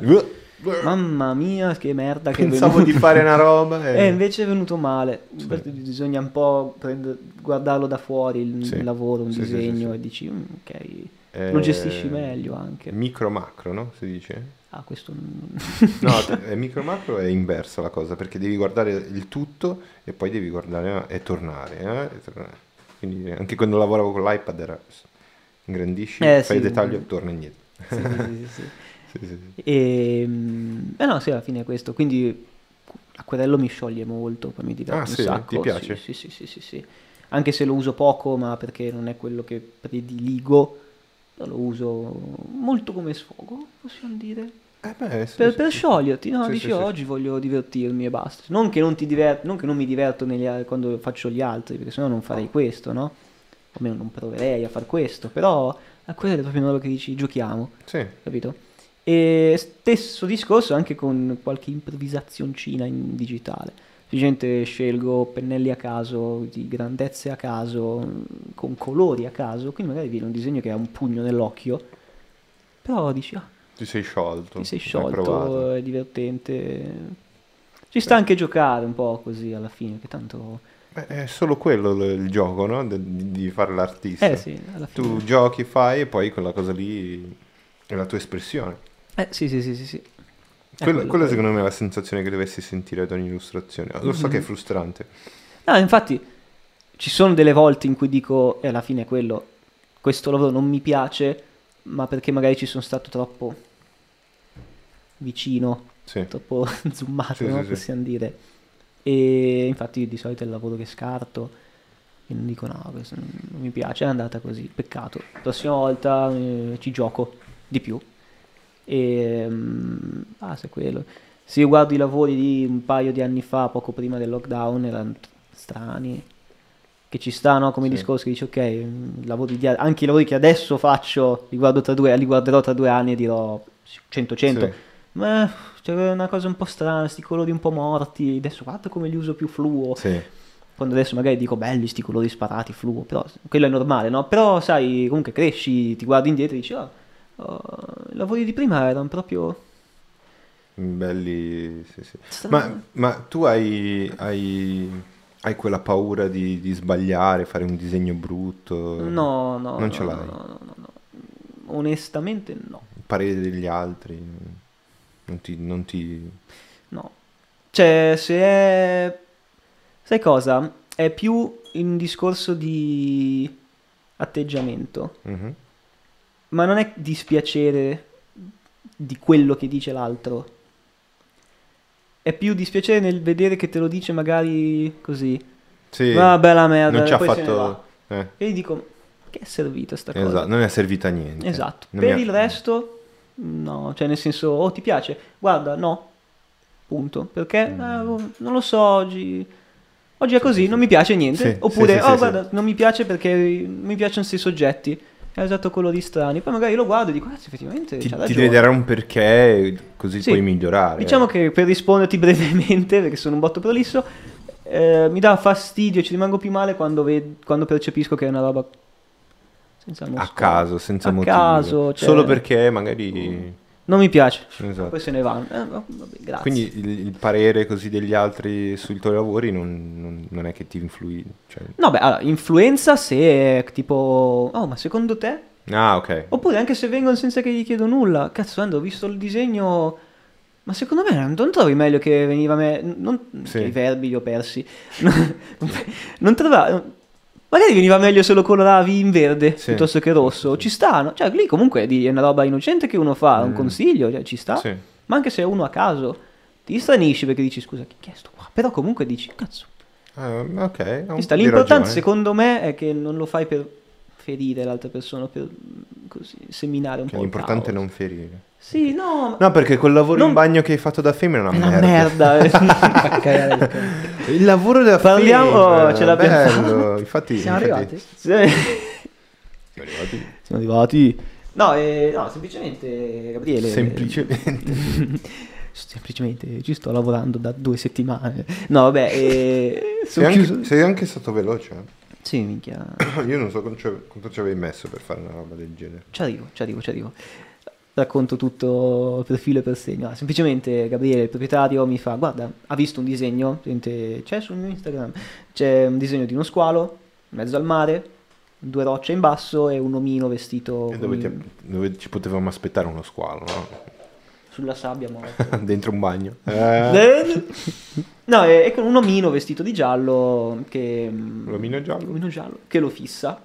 mamma mia che merda che è Pensavo venuto. di fare una roba e... E invece è venuto male. Bisogna un po' prendere- guardarlo da fuori il, Sì. il lavoro, un Sì, sì, sì, disegno sì. e dici "Mm, ok, Eh, lo gestisci meglio anche". Micro macro, no? Si dice? Ah, questo non- No, è micro macro è inversa la cosa, perché devi guardare il tutto e poi devi guardare e tornare, eh, e tornare. Quindi anche quando lavoravo con l'iPad era ingrandisci, Eh, fai sì. il dettaglio e torna indietro. Sì, sì, sì, sì. Sì, sì, sì. E, mm, eh no, sì, alla fine è questo. Quindi l'acquerello mi scioglie molto, poi mi diverte Ah, un sì? sacco. Ti piace? Sì, sì, sì, sì, sì. Anche se lo uso poco, ma perché non è quello che prediligo, però lo uso molto come sfogo, possiamo dire. Eh beh, sì, Per, sì, per sì. scioglierti, no? Sì, Dici sì, sì. oggi voglio divertirmi e basta. Non che non ti diver- non che non mi diverto negli al- quando faccio gli altri, perché sennò non farei questo, no? O almeno non proverei a far questo, però a quello è proprio una roba che dici giochiamo, Sì. capito? E stesso discorso anche con qualche improvvisazioncina in digitale. Semplicemente scelgo pennelli a caso, di grandezze a caso, con colori a caso, quindi magari viene un disegno che ha un pugno nell'occhio, però dici, ah, Ti sei sciolto. ti sei hai sciolto, provato. è divertente. Ci sta anche giocare un po' così alla fine, che tanto... Beh, è solo quello l- il gioco, no? De- Di, di fare l'artista. Eh sì, alla fine... Tu giochi, fai e poi quella cosa lì è la tua espressione. Eh sì, sì, sì, sì, sì. È Quello, quello, quella quello. secondo me è la sensazione che dovessi sentire ad ogni illustrazione. Lo so che è Mhm. frustrante. No, infatti ci sono delle volte in cui dico, e alla fine quello, questo lavoro non mi piace, ma perché magari ci sono stato troppo vicino, Sì. troppo zoomato, Sì, no? sì, sì. Possiamo dire. E infatti di solito è il lavoro che scarto, e non dico no, questo non non mi piace, è andata così, peccato. La prossima volta eh, ci gioco di più. E mm, basta, è quello. Se io guardo i lavori di un paio di anni fa, poco prima del lockdown, erano t- strani. Che ci stanno come Sì. discorso che dici ok, mm, lavori di- anche i lavori che adesso faccio, li, guardo tra due, li guarderò tra due anni e dirò cento cento. Sì. Ma c'è una cosa un po' strana, sti colori un po' morti, adesso guarda come li uso più fluo. Sì. quando adesso magari dico belli sti colori sparati, fluo, però quello è normale, no? Però sai, comunque cresci, ti guardi indietro e dici, oh, oh, i lavori di prima erano proprio... Belli, sì, sì. Ma, ma tu hai, hai, hai quella paura di, di sbagliare, fare un disegno brutto? No, no, Non no, ce l'hai? no, no, no, no. Onestamente no. Il parere degli altri? Non ti... Non ti... No. Cioè, se è... Sai cosa? È più un discorso di atteggiamento. Mhm. Ma non è dispiacere di quello che dice l'altro. È più dispiacere nel vedere che te lo dice magari così. Sì, Ah, bella merda. non ci e ha poi se ne va. fatto... eh, E gli dico, che è servita sta cosa? esatto, non è servita a niente. Esatto. Non Per mi ha- il resto, no. Cioè, nel senso, oh, ti piace? Guarda, no. Punto. Perché? Mm. Eh, oh, non lo so, oggi... Oggi è Sì, così, sì, non sì. mi piace niente. Sì, Oppure, sì, sì, oh, sì, guarda, sì. non mi piace perché mi piacciono questi soggetti. È esatto colori strani. Poi magari lo guardo e dico, ah, sì, effettivamente Ti, c'ha ti ragione. deve dare un perché, così Sì. puoi migliorare. Diciamo che per risponderti brevemente, perché sono un botto prolisso, eh, mi dà fastidio, ci rimango più male quando, ved- quando percepisco che è una roba senza uno A scopo. caso, senza A motivo. caso, cioè- Solo perché magari... Non mi piace. Esatto. Poi se ne vanno. Eh, vabbè, grazie. Quindi il, il parere così degli altri sui tuoi lavori non, non- non è che ti influi. Cioè... No, beh, allora, influenza se è tipo, oh, ma secondo te? Ah, ok. Oppure anche se vengono senza che gli chiedo nulla. Cazzo, Andro, ho visto il disegno, ma secondo me non, non trovi meglio che veniva me... Non, Sì. I verbi li ho persi. Non trovavi... Magari veniva meglio se lo coloravi in verde Sì. piuttosto che rosso. Ci sta, no? Cioè, lì comunque è una roba innocente che uno fa, un Mm. consiglio, cioè, ci sta. Sì. Ma anche se è uno a caso, ti stranisci perché dici, scusa, chi è sto qua? Però comunque dici, cazzo, Ah, ok. ha un ci po' sta. di L'importante ragione. secondo me è che non lo fai per ferire l'altra persona, per mm, così seminare un Che po' il l'importante è caos. non ferire. Sì, no, No, perché quel lavoro Non- in bagno che hai fatto da femmina è è una una merda. merda. Cagare il cazzo. Il lavoro da Parliamo- femmina, oh, ce l'abbiamo bello. Infatti, Siamo infatti- arrivati? Sì. Siamo arrivati. Siamo arrivati. No, eh, no, semplicemente, Gabriele. Semplicemente. Semplicemente ci sto lavorando da due settimane. No, vabbè, eh, Sei sono anche, chiuso. sei anche stato veloce. eh. Sì, minchia. Io non so quanto ci ave- quanto ci avevi messo per fare una roba del genere. Ci arrivo, ci arrivo, ci arrivo. Racconto tutto per filo e per segno. Ah, semplicemente Gabriele, il proprietario, mi fa: guarda, ha visto un disegno, sente- c'è sul mio Instagram, c'è un disegno di uno squalo in mezzo al mare, due rocce in basso e un omino vestito E dove, con- ti- dove ci potevamo aspettare uno squalo, no? sulla sabbia morto. Dentro un bagno. Eh, No, è, è con un omino vestito di giallo che... L'omino giallo? L'omino giallo, che lo fissa.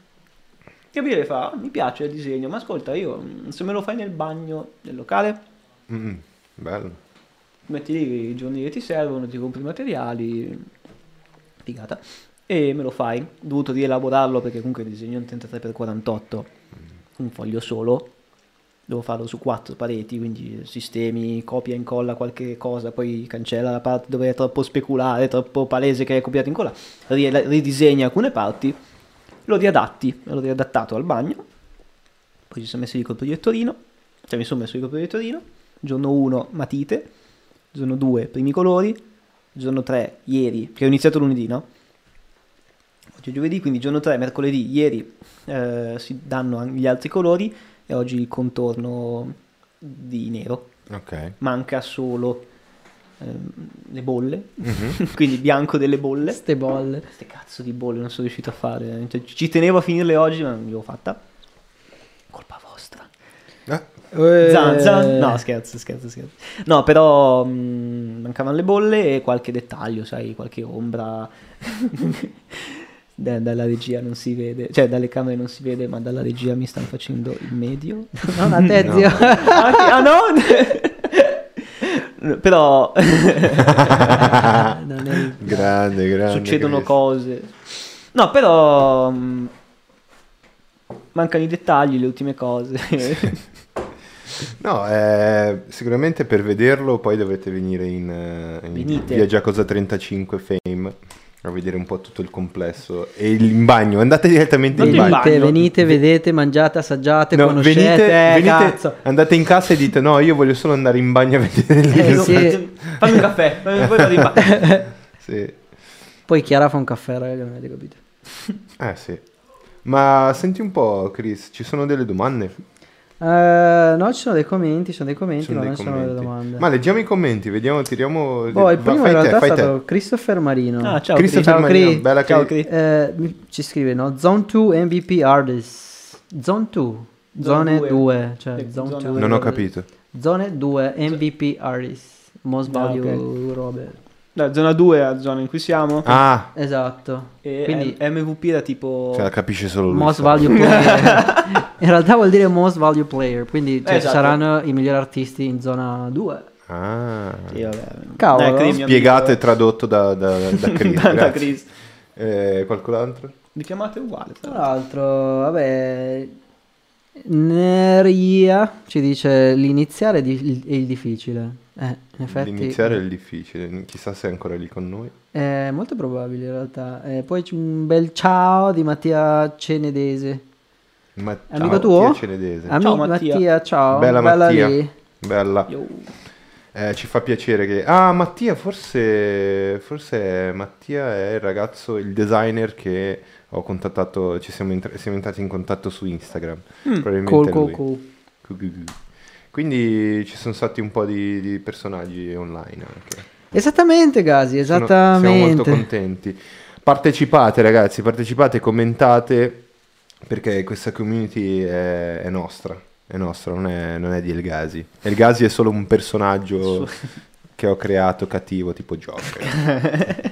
Gabriele fa, "Ah, mi piace il disegno, ma ascolta, io mm, se me lo fai nel bagno del locale, Mm, bello. metti lì i giorni che ti servono, ti compri i materiali, figata, e me lo fai. Ho dovuto rielaborarlo perché comunque il disegno è un trentatré per quarantotto, un foglio solo, devo farlo su quattro pareti, quindi sistemi, copia e incolla qualche cosa, poi cancella la parte dove è troppo speculare, troppo palese che è copiato e incolla, ri- ridisegna alcune parti, lo riadatti, l'ho riadattato al bagno, poi ci siamo messi lì col proiettorino, cioè mi sono messo lì col proiettorino, giorno uno matite, giorno due primi colori, giorno tre ieri, che ho iniziato lunedì, no? Oggi è giovedì, quindi giorno tre, mercoledì, ieri eh, si danno anche gli altri colori e oggi il contorno di nero. Ok. Manca solo ehm, le bolle, Mhm. quindi bianco delle bolle. Ste bolle. Queste cazzo di bolle non sono riuscito a fare. Cioè, ci tenevo a finirle oggi, ma non l'ho fatta. Colpa vostra. Ah, Eh, Zan, zan. No, scherzo, scherzo, scherzo. No, però mh, mancavano le bolle e qualche dettaglio, sai, qualche ombra. Da- dalla regia non si vede, cioè dalle camere non si vede, ma dalla regia mi stanno facendo il medio. Non a te, No. zio. Ah, che- ah, no? Però Non è- grande, grande. succedono Cristo. cose. No, però mh, mancano i dettagli, le ultime cose. No, eh, sicuramente per vederlo poi dovrete venire in, eh, in Venite. via Giacosa trentacinque Fame a vedere un po' tutto il complesso e il, in bagno. Andate direttamente in Andate in bagno. Venite, bagno. venite, vedete, mangiate, assaggiate, No, conoscete. venite, eh, venite, cazzo. andate in casa e dite no, io voglio solo andare in bagno a vedere il Eh, video. sì. Fammi un caffè, fammi- poi vado in bagno. Sì. Poi Chiara fa un caffè, raga, non avete capito. Eh sì. Ma senti un po', Chris, ci sono delle domande? Eh, no, ci sono dei commenti, ci sono dei commenti, Ci sono ma dei non ci sono delle commenti. domande. Ma leggiamo i commenti, vediamo, tiriamo... Boh, il va, primo fai in te, realtà fai è te. stato Christopher Marino. Ah, ciao, Christopher Chris. Ciao, Marino, Chris. bella Ciao, Chris. Chris. Eh, mi- ci scrive, no? Zone due M V P artists. Zone due. Zone Zone due. due, cioè Eh, zone zona due. due. Non ho capito. Zone due M V P artists. Most Ah, value ok. Robert. Da zona due a zona in cui siamo. Ah, Esatto. E Quindi M- MVP era tipo... cioè la capisce solo lui. most sa. value player. In realtà vuol dire most value player, quindi cioè, Esatto. saranno i migliori artisti in zona due. Ah. Sì, vabbè. Cavolo. Chris, mio Spiegato amico. e tradotto da, da, da Chris. Da- da grazie. Chris. Eh, qualcun altro? Vi chiamate uguale. Tra l'altro, vabbè, Neria ci dice l'iniziare è di- è il difficile. Eh, in effetti L'iniziare è il difficile, chissà se è ancora lì con noi. è molto probabile in realtà. Eh, poi c'è un bel ciao di Mattia Cenedese. Ma- Amico ciao, tuo? Mattia Cenedese. Ami- Ciao, Mattia. Mattia. ciao. Bella Mattia. lì. Bella. Yo. Eh, ci fa piacere che... Ah, Mattia, forse... Forse Mattia è il ragazzo, il designer che ho contattato, ci siamo, entra- siamo entrati in contatto su Instagram. Probabilmente Cool, è cool, lui. cool. Cu- cu- cu. Quindi ci sono stati un po' di, di personaggi online anche. Esattamente, Gasi, Sono- esattamente. siamo molto contenti. Partecipate ragazzi, partecipate, commentate, perché questa community è, è nostra, è nostra, non è, non è di Elgasi. Elgasi è solo un personaggio che ho creato cattivo, tipo Joker.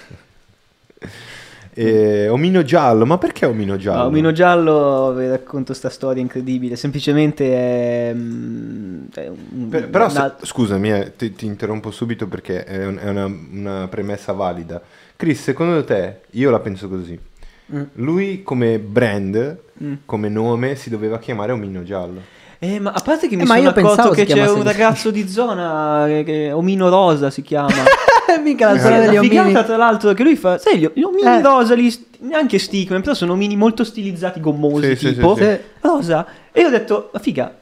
E, omino giallo, ma perché omino giallo? No, Omino Giallo, vi racconto sta storia incredibile. Semplicemente è. mm, è un- Per- però se- una- scusami, eh, ti, ti interrompo subito perché è, un- è una, una premessa valida. Chris, secondo te, io la penso così. Mm. Lui come brand, Mm. come nome, si doveva chiamare Omino Giallo. Eh, ma a parte che mi Eh, ma sono io pensavo accorto si che c'è chiamasse un così. ragazzo di zona che, che Omino Rosa si chiama. Mica la Sì, storia la degli figata omini. tra l'altro che lui fa, sai, gli, gli omini Eh. rosa, lì, st- neanche stickman, però sono omini molto stilizzati, gommosi, Sì, sì, tipo, sì, sì. Sì. rosa. E io ho detto, ma figa,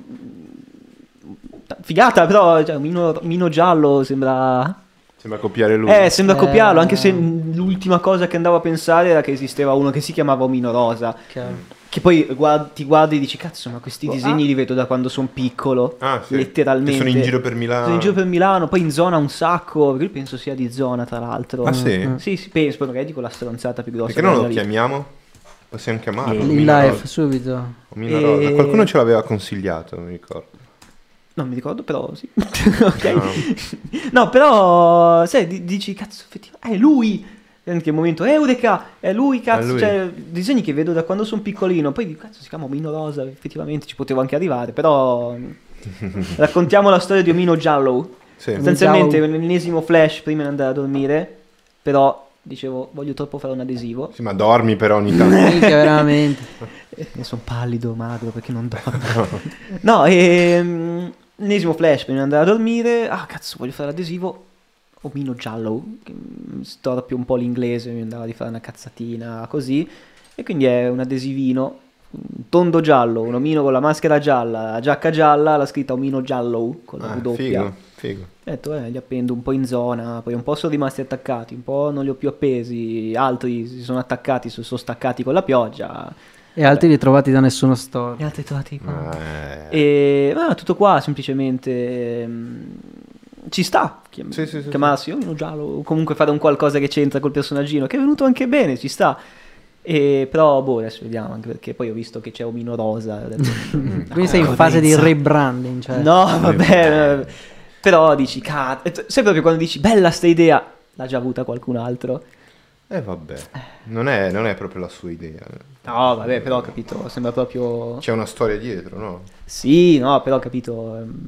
figata, però, cioè, omino, omino giallo sembra... Sembra copiare lui. Eh, sembra Eh. copiarlo, anche se mh, l'ultima cosa che andavo a pensare era che esisteva uno che si chiamava Omino Rosa. Chiaro. Che poi guard- ti guardi e dici, cazzo, ma questi Oh, disegni ah. li vedo da quando sono piccolo. Ah, sì. Letteralmente. Che sono in giro per Milano. Sono in giro per Milano, poi in zona un sacco, perché io penso sia di zona, tra l'altro. Ah, sì? Mm. Sì, sì, penso, poi magari dico la stronzata più grossa. Perché non lo della vita. chiamiamo? Possiamo chiamarlo. Eh, In Omino live, Rosa. subito. Omino E- Rosa. Qualcuno ce l'aveva consigliato, mi ricordo. Non mi ricordo, però sì. Ok. No. No, però, sai, di- dici, cazzo, effettivamente, è lui. In che momento, Eureka, è lui, cazzo, È lui. cioè, disegni che vedo da quando sono piccolino, poi dico, cazzo, si chiama Omino Rosa, effettivamente ci potevo anche arrivare, però raccontiamo la storia di Omino Giallo. Sì. Sostanzialmente, Giallo. l'ennesimo flash prima di andare a dormire, però, dicevo, voglio troppo fare un adesivo. Sì, ma dormi però ogni tanto. Mica veramente. Ne sono pallido, magro, perché non dormo. No, e... L'ennesimo flash prima di andare a dormire, ah, cazzo, voglio fare l'adesivo. Omino giallo, che mi storpio un po' l'inglese, mi andava di fare una cazzatina così, e quindi è un adesivino, un tondo giallo, un omino con la maschera gialla, la giacca gialla, la scritta omino giallo con la Ah, W. figo, figo. Ho detto, eh, li appendo un po' in zona, poi un po' sono rimasti attaccati, un po' non li ho più appesi, altri si sono attaccati, si sono staccati con la pioggia, E altri ritrovati da nessuno store. e altri trovati qua. Eh, E ma tutto qua, semplicemente mm, ci sta chiam- Sì, sì, sì, chiamarsi Omino Giallo, o comunque fare un qualcosa che c'entra col personaggino, che è venuto anche bene, ci sta. E però, boh, adesso vediamo, anche perché poi ho visto che c'è Omino Rosa. Ho detto, Quindi sei in fase di rebranding, cioè. no, vabbè, eh, però dici, cazzo, sai proprio quando dici, bella sta idea, l'ha già avuta qualcun altro. eh, vabbè, non è, non è proprio la sua idea. No, vabbè, però ho capito, sembra proprio... C'è una storia dietro, no? Sì, no, però ho capito... ehm,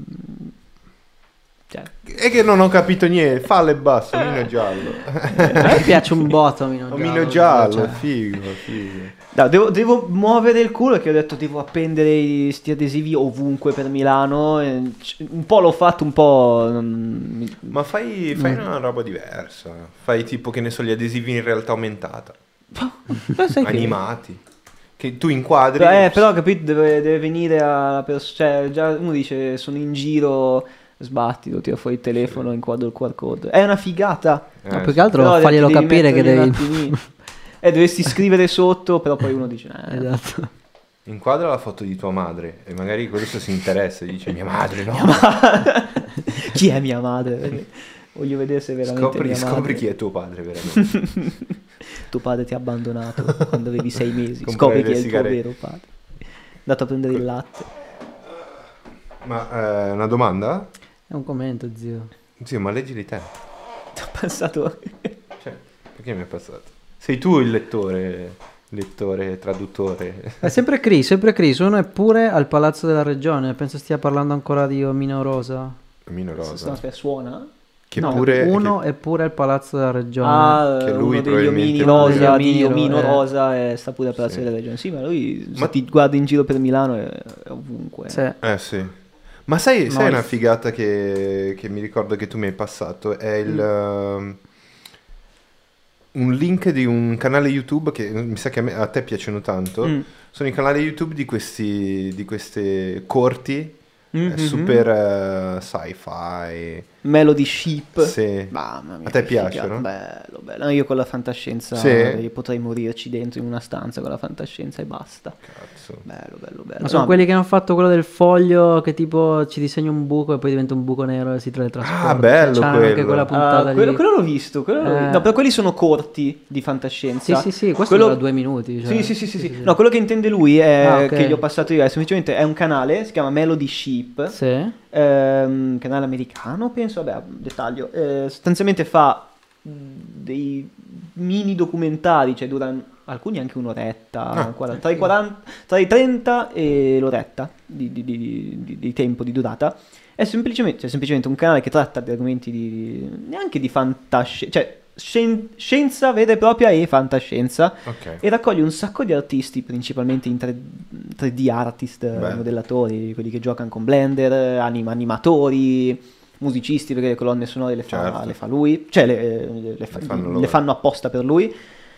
Cioè, È che non ho capito niente, fallo e basta, omino giallo. A me piace un botto Omino Omino Giallo, giallo, cioè. figo, figo. no, devo, devo muovere il culo, che ho detto devo appendere sti adesivi ovunque per Milano, e c- un po' l'ho fatto, un po'... non- Ma fai, fai una roba diversa. Fai tipo, che ne so, gli adesivi in realtà aumentata. Eh, sai che- Animati. Che tu inquadri. Eh, però ho capito, deve, deve venire a... pers- cioè, già uno dice sono in giro sbatti, lo tira fuori il telefono, inquadro il Q R code. È una figata. Eh, No, più che altro Però faglielo ti devi capire che mettere un devi... attimino. Eh, dovresti scrivere sotto, però poi uno dice... Eh, Esatto. Inquadra la foto di tua madre e magari questo si interessa e dice mia madre, no? Chi è mia madre? Voglio vedere se è veramente Scopri, mia scopri madre. chi è tuo padre veramente. Tuo padre ti ha abbandonato quando avevi sei mesi. Comprare Scopri chi le è il tuo sigarette. vero padre. Andato a prendere il latte. Ma eh, una domanda? È un commento, zio. Zio, ma leggili te. Ti ho pensato... Cioè, perché mi è passato? Sei tu il lettore, lettore, traduttore. È sempre Chris, sempre Chris. Uno è pure al Palazzo della Regione. Penso stia parlando ancora di Omino Rosa. Mino Rosa. Aspetta, suona? Che No, pure... uno che- è pure al Palazzo della Regione. Ah, Che lui uno degli probabilmente- omini rosa, Degli di omini, omino eh. rosa e sta pure a Palazzo Sì. della Regione. Sì, ma lui se Ma- ti guardi in giro per Milano è, è ovunque. Sì. Eh sì. Ma sai, sai No, una il- figata che, che mi ricordo che tu mi hai passato? È il... um, un link di un canale YouTube che mi sa che a, me- a te piacciono tanto. Mm. Sono i canali YouTube di questi di queste corti eh, Mhm. super eh, sci-fi. Melody Sheep. Sì. Mamma mia, A te che piacciono? figata. Bello, bello. No, io con la fantascienza Sì? io potrei morirci dentro in una stanza con la fantascienza e basta. Cazzo. Bello, bello, bello. Ma sono No, quelli che hanno fatto quello del foglio che tipo ci disegna un buco e poi diventa un buco nero e si teletrasporta. Ah, bello C'hanno anche quello. quella ah, puntata quello, lì. quello l'ho visto. Quello l'ho Eh. visto. No, però quelli sono corti di fantascienza. Sì, sì, sì, questo Quello- dura due minuti. Cioè. Sì, sì, sì, sì, sì. No, quello che intende lui è Ah, ok. che gli ho passato io è semplicemente è un canale, si chiama Melody Sheep. Sì. Ehm, canale americano, penso, vabbè, dettaglio. Eh, sostanzialmente fa mh, dei mini documentari, cioè durano alcuni anche un'oretta, Ah, quaranta tra, i quaranta, tra i trenta e l'oretta di, di- di- di- di tempo, di durata. È semplicemente, cioè, semplicemente un canale che tratta di argomenti di, neanche di fantascienza, cioè scien- scienza vera e propria e fantascienza. Ok. E raccoglie un sacco di artisti, principalmente in tre, tre D artist, eh, Bello. modellatori, quelli che giocano con Blender, eh, anim- animatori, musicisti, perché le colonne sonore le fa, Certo. le fa lui, cioè le, le fa- Le fanno le loro. fanno apposta per lui.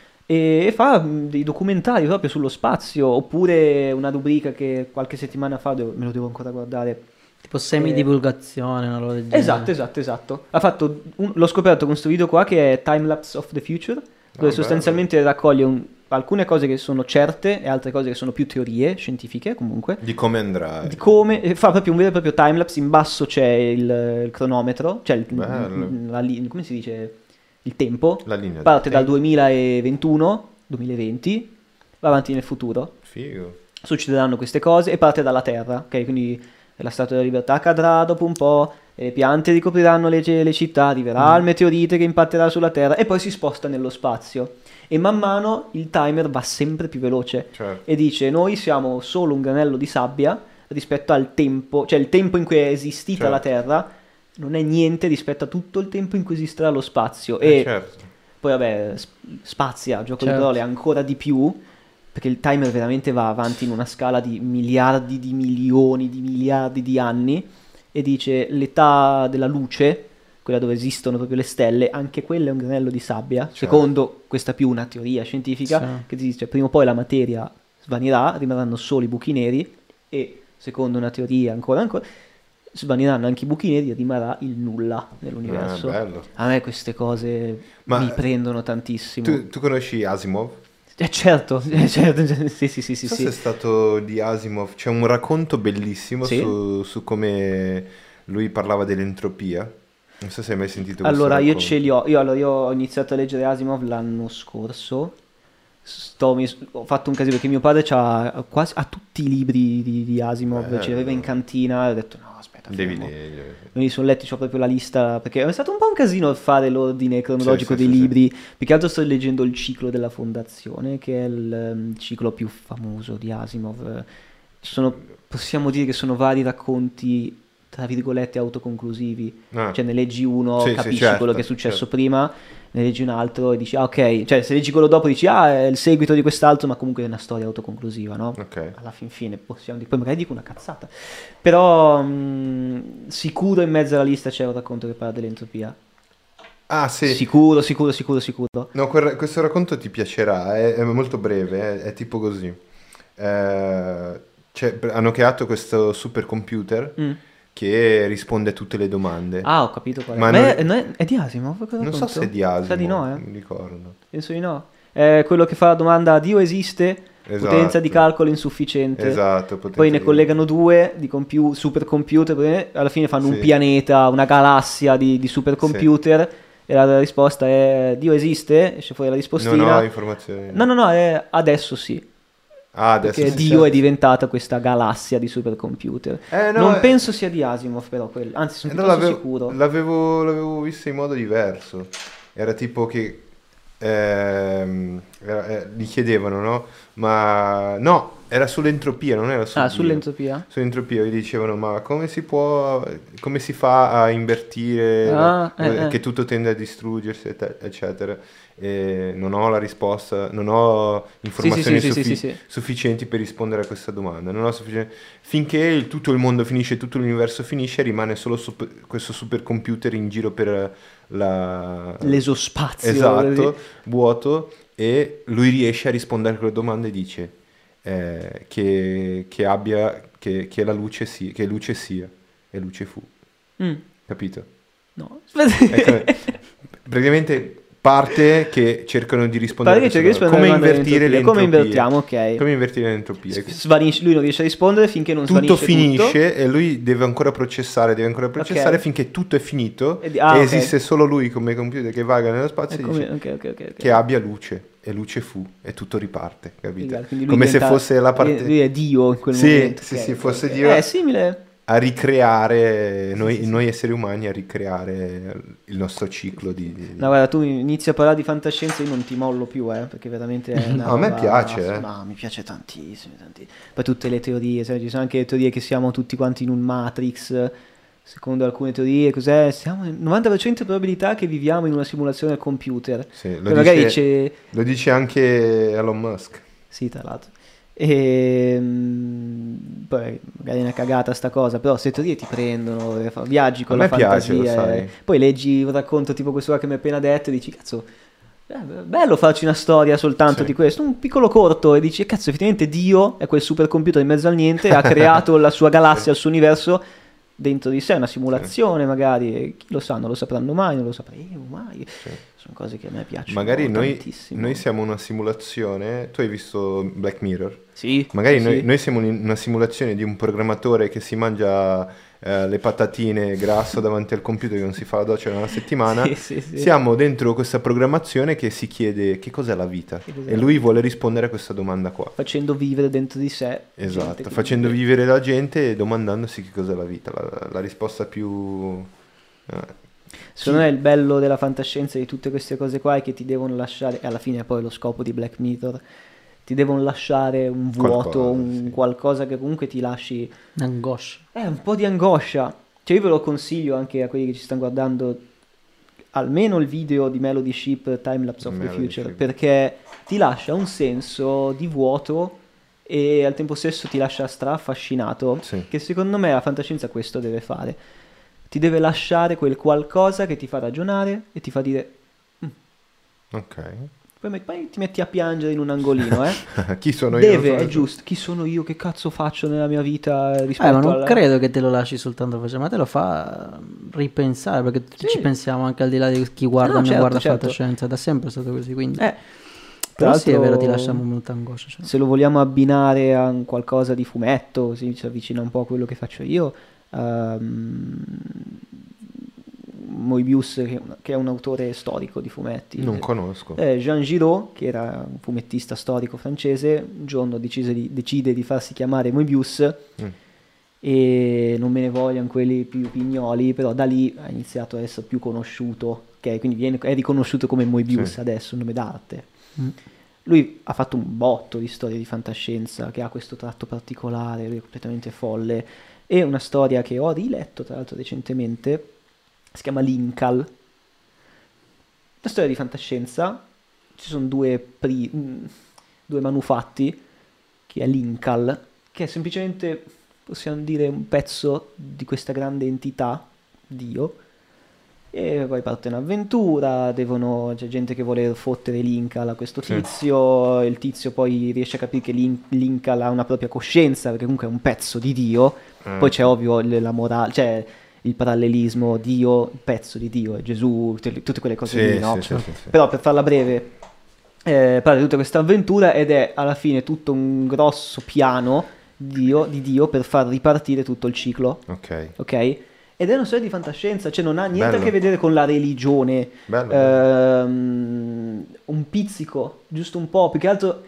E fa mh, dei documentari proprio sullo spazio, oppure una rubrica che qualche settimana fa, devo- me lo devo ancora guardare. Tipo semi-divulgazione, una roba del genere. Esatto, esatto, esatto. Ha fatto un- l'ho scoperto con questo video qua che è Timelapse of the Future, dove Ah, sostanzialmente raccoglie un- alcune cose che sono certe e altre cose che sono più teorie scientifiche comunque. Di come andrà. Di come eh, fa proprio un vero e proprio timelapse. In basso c'è il, il cronometro, cioè il, Bello. la li- come si dice? Il tempo. La linea Parte del dal tempo. duemilaventuno, duemilaventi, va avanti nel futuro. Figo. Succederanno queste cose e parte dalla Terra, ok? Quindi la Statua della Libertà cadrà dopo un po', e le piante ricopriranno le, le città, arriverà il meteorite che impatterà sulla Terra e poi si sposta nello spazio. E man mano il timer va sempre più veloce Certo. e dice noi siamo solo un granello di sabbia rispetto al tempo, cioè il tempo in cui è esistita Certo. la Terra non è niente rispetto a tutto il tempo in cui esisterà lo spazio. Eh, e certo. poi vabbè, sp- spazia, gioco Certo. di parole ancora di più, perché il timer veramente va avanti in una scala di miliardi di milioni di miliardi di anni e dice l'età della luce, quella dove esistono proprio le stelle, anche quella è un granello di sabbia, Certo. secondo questa più una teoria scientifica, Sì. che ti dice prima o poi la materia svanirà, rimarranno solo i buchi neri e secondo una teoria ancora ancora svaniranno anche i buchi neri e rimarrà il nulla nell'universo. Ah, bello. A me queste cose Ma mi prendono tantissimo. Tu, tu conosci Asimov? Eh, certo, eh, certo, sì, sì, sì, sì, Non so sì. se è stato di Asimov, c'è un racconto bellissimo Sì? su, su come lui parlava dell'entropia. Non so se hai mai sentito questo Allora, io racconto. ce li ho. Io, allora, io ho iniziato a leggere Asimov l'anno scorso. Sto, mi- ho fatto un casino perché mio padre ha quasi ha tutti i libri di, di Asimov, Bello. ce li aveva in cantina e ho detto no, aspetta, Devi fermo. leggere. Me li sono letti, c'ho proprio la lista, perché è stato un po' un casino fare l'ordine cronologico Sì, sì, dei sì, libri. Più che altro sto leggendo il ciclo della Fondazione, che è il ehm, ciclo più famoso di Asimov. Sono, possiamo dire che sono vari racconti, tra virgolette, autoconclusivi. Ah. Cioè ne leggi uno, Sì, sì, capisci certo, quello che è successo certo. prima, ne leggi un altro e dici, ah ok, cioè se leggi quello dopo dici, ah è il seguito di quest'altro, ma comunque è una storia autoconclusiva, no? Ok. Alla fin fine possiamo dire, poi magari dico una cazzata, però mh, sicuro in mezzo alla lista c'è un racconto che parla dell'entropia. Ah, sì. Sicuro, sicuro, sicuro, sicuro. No, quel- questo racconto ti piacerà, è, è molto breve, è, è tipo così. Eh, c'è- hanno creato questo supercomputer Mm. che risponde a tutte le domande. Ah, ho capito qual è. Ma Ma non- è, non è- è di Asimov? Cosa non so conto? se è di Asimov, Sa di no, eh. non mi ricordo. Penso di no. È quello che fa la domanda: Dio esiste? Esatto. Potenza di calcolo insufficiente. Esatto, Poi potenza ne di- collegano due di compiu- supercomputer, poi alla fine fanno un Sì. pianeta, una galassia di, di supercomputer. E la risposta è: Dio esiste? Esce fuori la rispostina. Non ho informazioni. No, no, no, è adesso sì. Ah, adesso Perché sì, Dio è certo. diventata questa galassia di supercomputer. Eh, no, non eh, penso sia di Asimov, però quello. Anzi, sono allora piuttosto l'avevo, sicuro. l'avevo, l'avevo visto in modo diverso. Era tipo che ehm, era- eh, gli chiedevano, no? Ma no, era sull'entropia, non era su Ah, Dio. sull'entropia? Sull'entropia gli dicevano, ma come si può, come si fa a invertire, Ah, eh, eh, eh. che tutto tende a distruggersi, et- eccetera. E non ho la risposta, non ho informazioni sì, sì, sì, suffi- sì, sì. sufficienti per rispondere a questa domanda. Non ho suffici- Finché il- tutto il mondo finisce, tutto l'universo finisce, rimane solo super- questo supercomputer in giro per la... L'esospazio. Esatto, vuoto, e lui riesce a rispondere a quelle domande e dice eh, che, che abbia, che, che la luce sia, che luce sia, e luce fu, Mm, capito? no. Ecco, praticamente parte che cercano di rispondere Pare che a cerchi di questa domanda. rispondere Come invertire all'entropia. l'entropia. Come invertiamo, ok. Come invertire l'entropia. Svanisce- lui non riesce a rispondere finché non Tutto svanisce finisce e lui deve ancora processare, deve ancora processare Ok. finché tutto è finito E e, di- ah, ok. esiste solo lui come computer che vaga nello spazio È e come- dice ok, ok, ok, ok. che abbia luce, e luce fu, e tutto riparte, capito? Figa, quindi lui Come se diventa- fosse la parte... lui- Lui è Dio in quel Sì, momento. sì, ok, sì, ok, fosse ok. Dio. È simile. a ricreare, noi, sì, sì. noi esseri umani, a ricreare il nostro ciclo di... di- No, guarda, tu inizi a parlare di fantascienza, io non ti mollo più, eh, perché veramente è una No, a me roba- piace, eh. No, mi piace tantissimo, tanti- Poi tutte le teorie, sai, ci sono anche le teorie che siamo tutti quanti in un Matrix. Secondo alcune teorie, cos'è? Siamo nel novanta per cento di probabilità che viviamo in una simulazione al computer. Sì, Poi lo, magari dice, dice... lo dice anche Elon Musk. Sì, tra l'altro. E mm, poi magari è una cagata sta cosa, però se teorie ti prendono, eh, fa- viaggi con A la me piace, lo fantasia, sai. eh. Poi leggi un racconto tipo questo qua che mi hai appena detto e dici, cazzo, eh, bello farci una storia soltanto Sì. di questo, un piccolo corto, e dici, cazzo, effettivamente Dio è quel supercomputer in mezzo al niente e ha creato la sua galassia, il suo universo dentro di sé, una simulazione magari, e chi lo sa, non lo sapranno mai, non lo sapremo mai. Sono cose che a me piacciono Magari noi, tantissimo. noi siamo una simulazione. Tu hai visto Black Mirror? Sì, Magari sì, noi, sì. noi siamo in una simulazione di un programmatore che si mangia eh, le patatine grasso davanti al computer, che non si fa la doccia in una settimana. Sì, sì, sì. Siamo dentro questa programmazione che si chiede che cos'è la vita, Che cos'è e la lui vuole rispondere a questa domanda qua. Facendo vivere dentro di sé. Esatto, gente che- facendo vivere la gente e domandandosi che cos'è la vita. La, la risposta più... eh, Secondo me il bello della fantascienza di tutte queste cose qua è che ti devono lasciare, e alla fine è poi lo scopo di Black Mirror, ti devono lasciare un vuoto, Qualcosa, un sì. qualcosa che comunque ti lasci Angoscia. eh, un po' di angoscia. Cioè io ve lo consiglio anche a quelli che ci stanno guardando, almeno il video di Melody Ship Time Lapse of the Melody Future, Ship. perché ti lascia un senso di vuoto e al tempo stesso ti lascia straaffascinato, Sì. che secondo me la fantascienza questo deve fare. Ti deve lasciare quel qualcosa che ti fa ragionare e ti fa dire... ok. Poi, met- poi ti metti a piangere in un angolino, eh? Chi sono io? Deve, Non è sono- giusto. Chi sono io? Che cazzo faccio nella mia vita rispetto Eh, ma non alla... credo che te lo lasci soltanto facendo, ma te lo fa ripensare, perché tutti Sì. ci pensiamo anche al di là di chi guarda No, o non certo, guarda certo. fantascienza, da sempre è stato così, quindi... Eh, Però tra sì, è vero, ti l'altro, lascia molta angoscia. cioè. Se lo vogliamo abbinare a un qualcosa di fumetto, si si avvicina un po' a quello che faccio io. ehm, Moebius, che è, un, che è un autore storico di fumetti. Non conosco. Eh, Jean Giraud, che era un fumettista storico francese, un giorno decise di- decide di farsi chiamare Moebius, Mm. e non me ne vogliano quelli più pignoli, però da lì ha iniziato ad essere più conosciuto, ok? Quindi viene, è riconosciuto come Moebius Sì. adesso, un nome d'arte. Mm. Lui ha fatto un botto di storie di fantascienza che ha questo tratto particolare, lui è completamente folle, e una storia che ho riletto tra l'altro recentemente, si chiama Linkal. Una storia di fantascienza, ci sono due, pri- mm, due manufatti, che è Linkal, che è semplicemente, possiamo dire, un pezzo di questa grande entità, Dio, E poi parte un'avventura, devono, c'è gente che vuole fottere Linkal a questo Sì. tizio, il tizio poi riesce a capire che Lin- Linkal ha una propria coscienza, perché comunque è un pezzo di Dio, Eh. poi c'è ovvio l- la morale, cioè il parallelismo, Dio, il pezzo di Dio, è Gesù, tutte, tutte quelle cose Sì, lì, no? sì, sì, sì, sì. Però per farla breve, eh, parla di tutta questa avventura ed è alla fine tutto un grosso piano di Dio, di Dio per far ripartire tutto il ciclo, Ok, ok? Ed è una storia di fantascienza, cioè non ha niente Bello. a che vedere con la religione, bello. bello. ehm, un pizzico, giusto un po', più che altro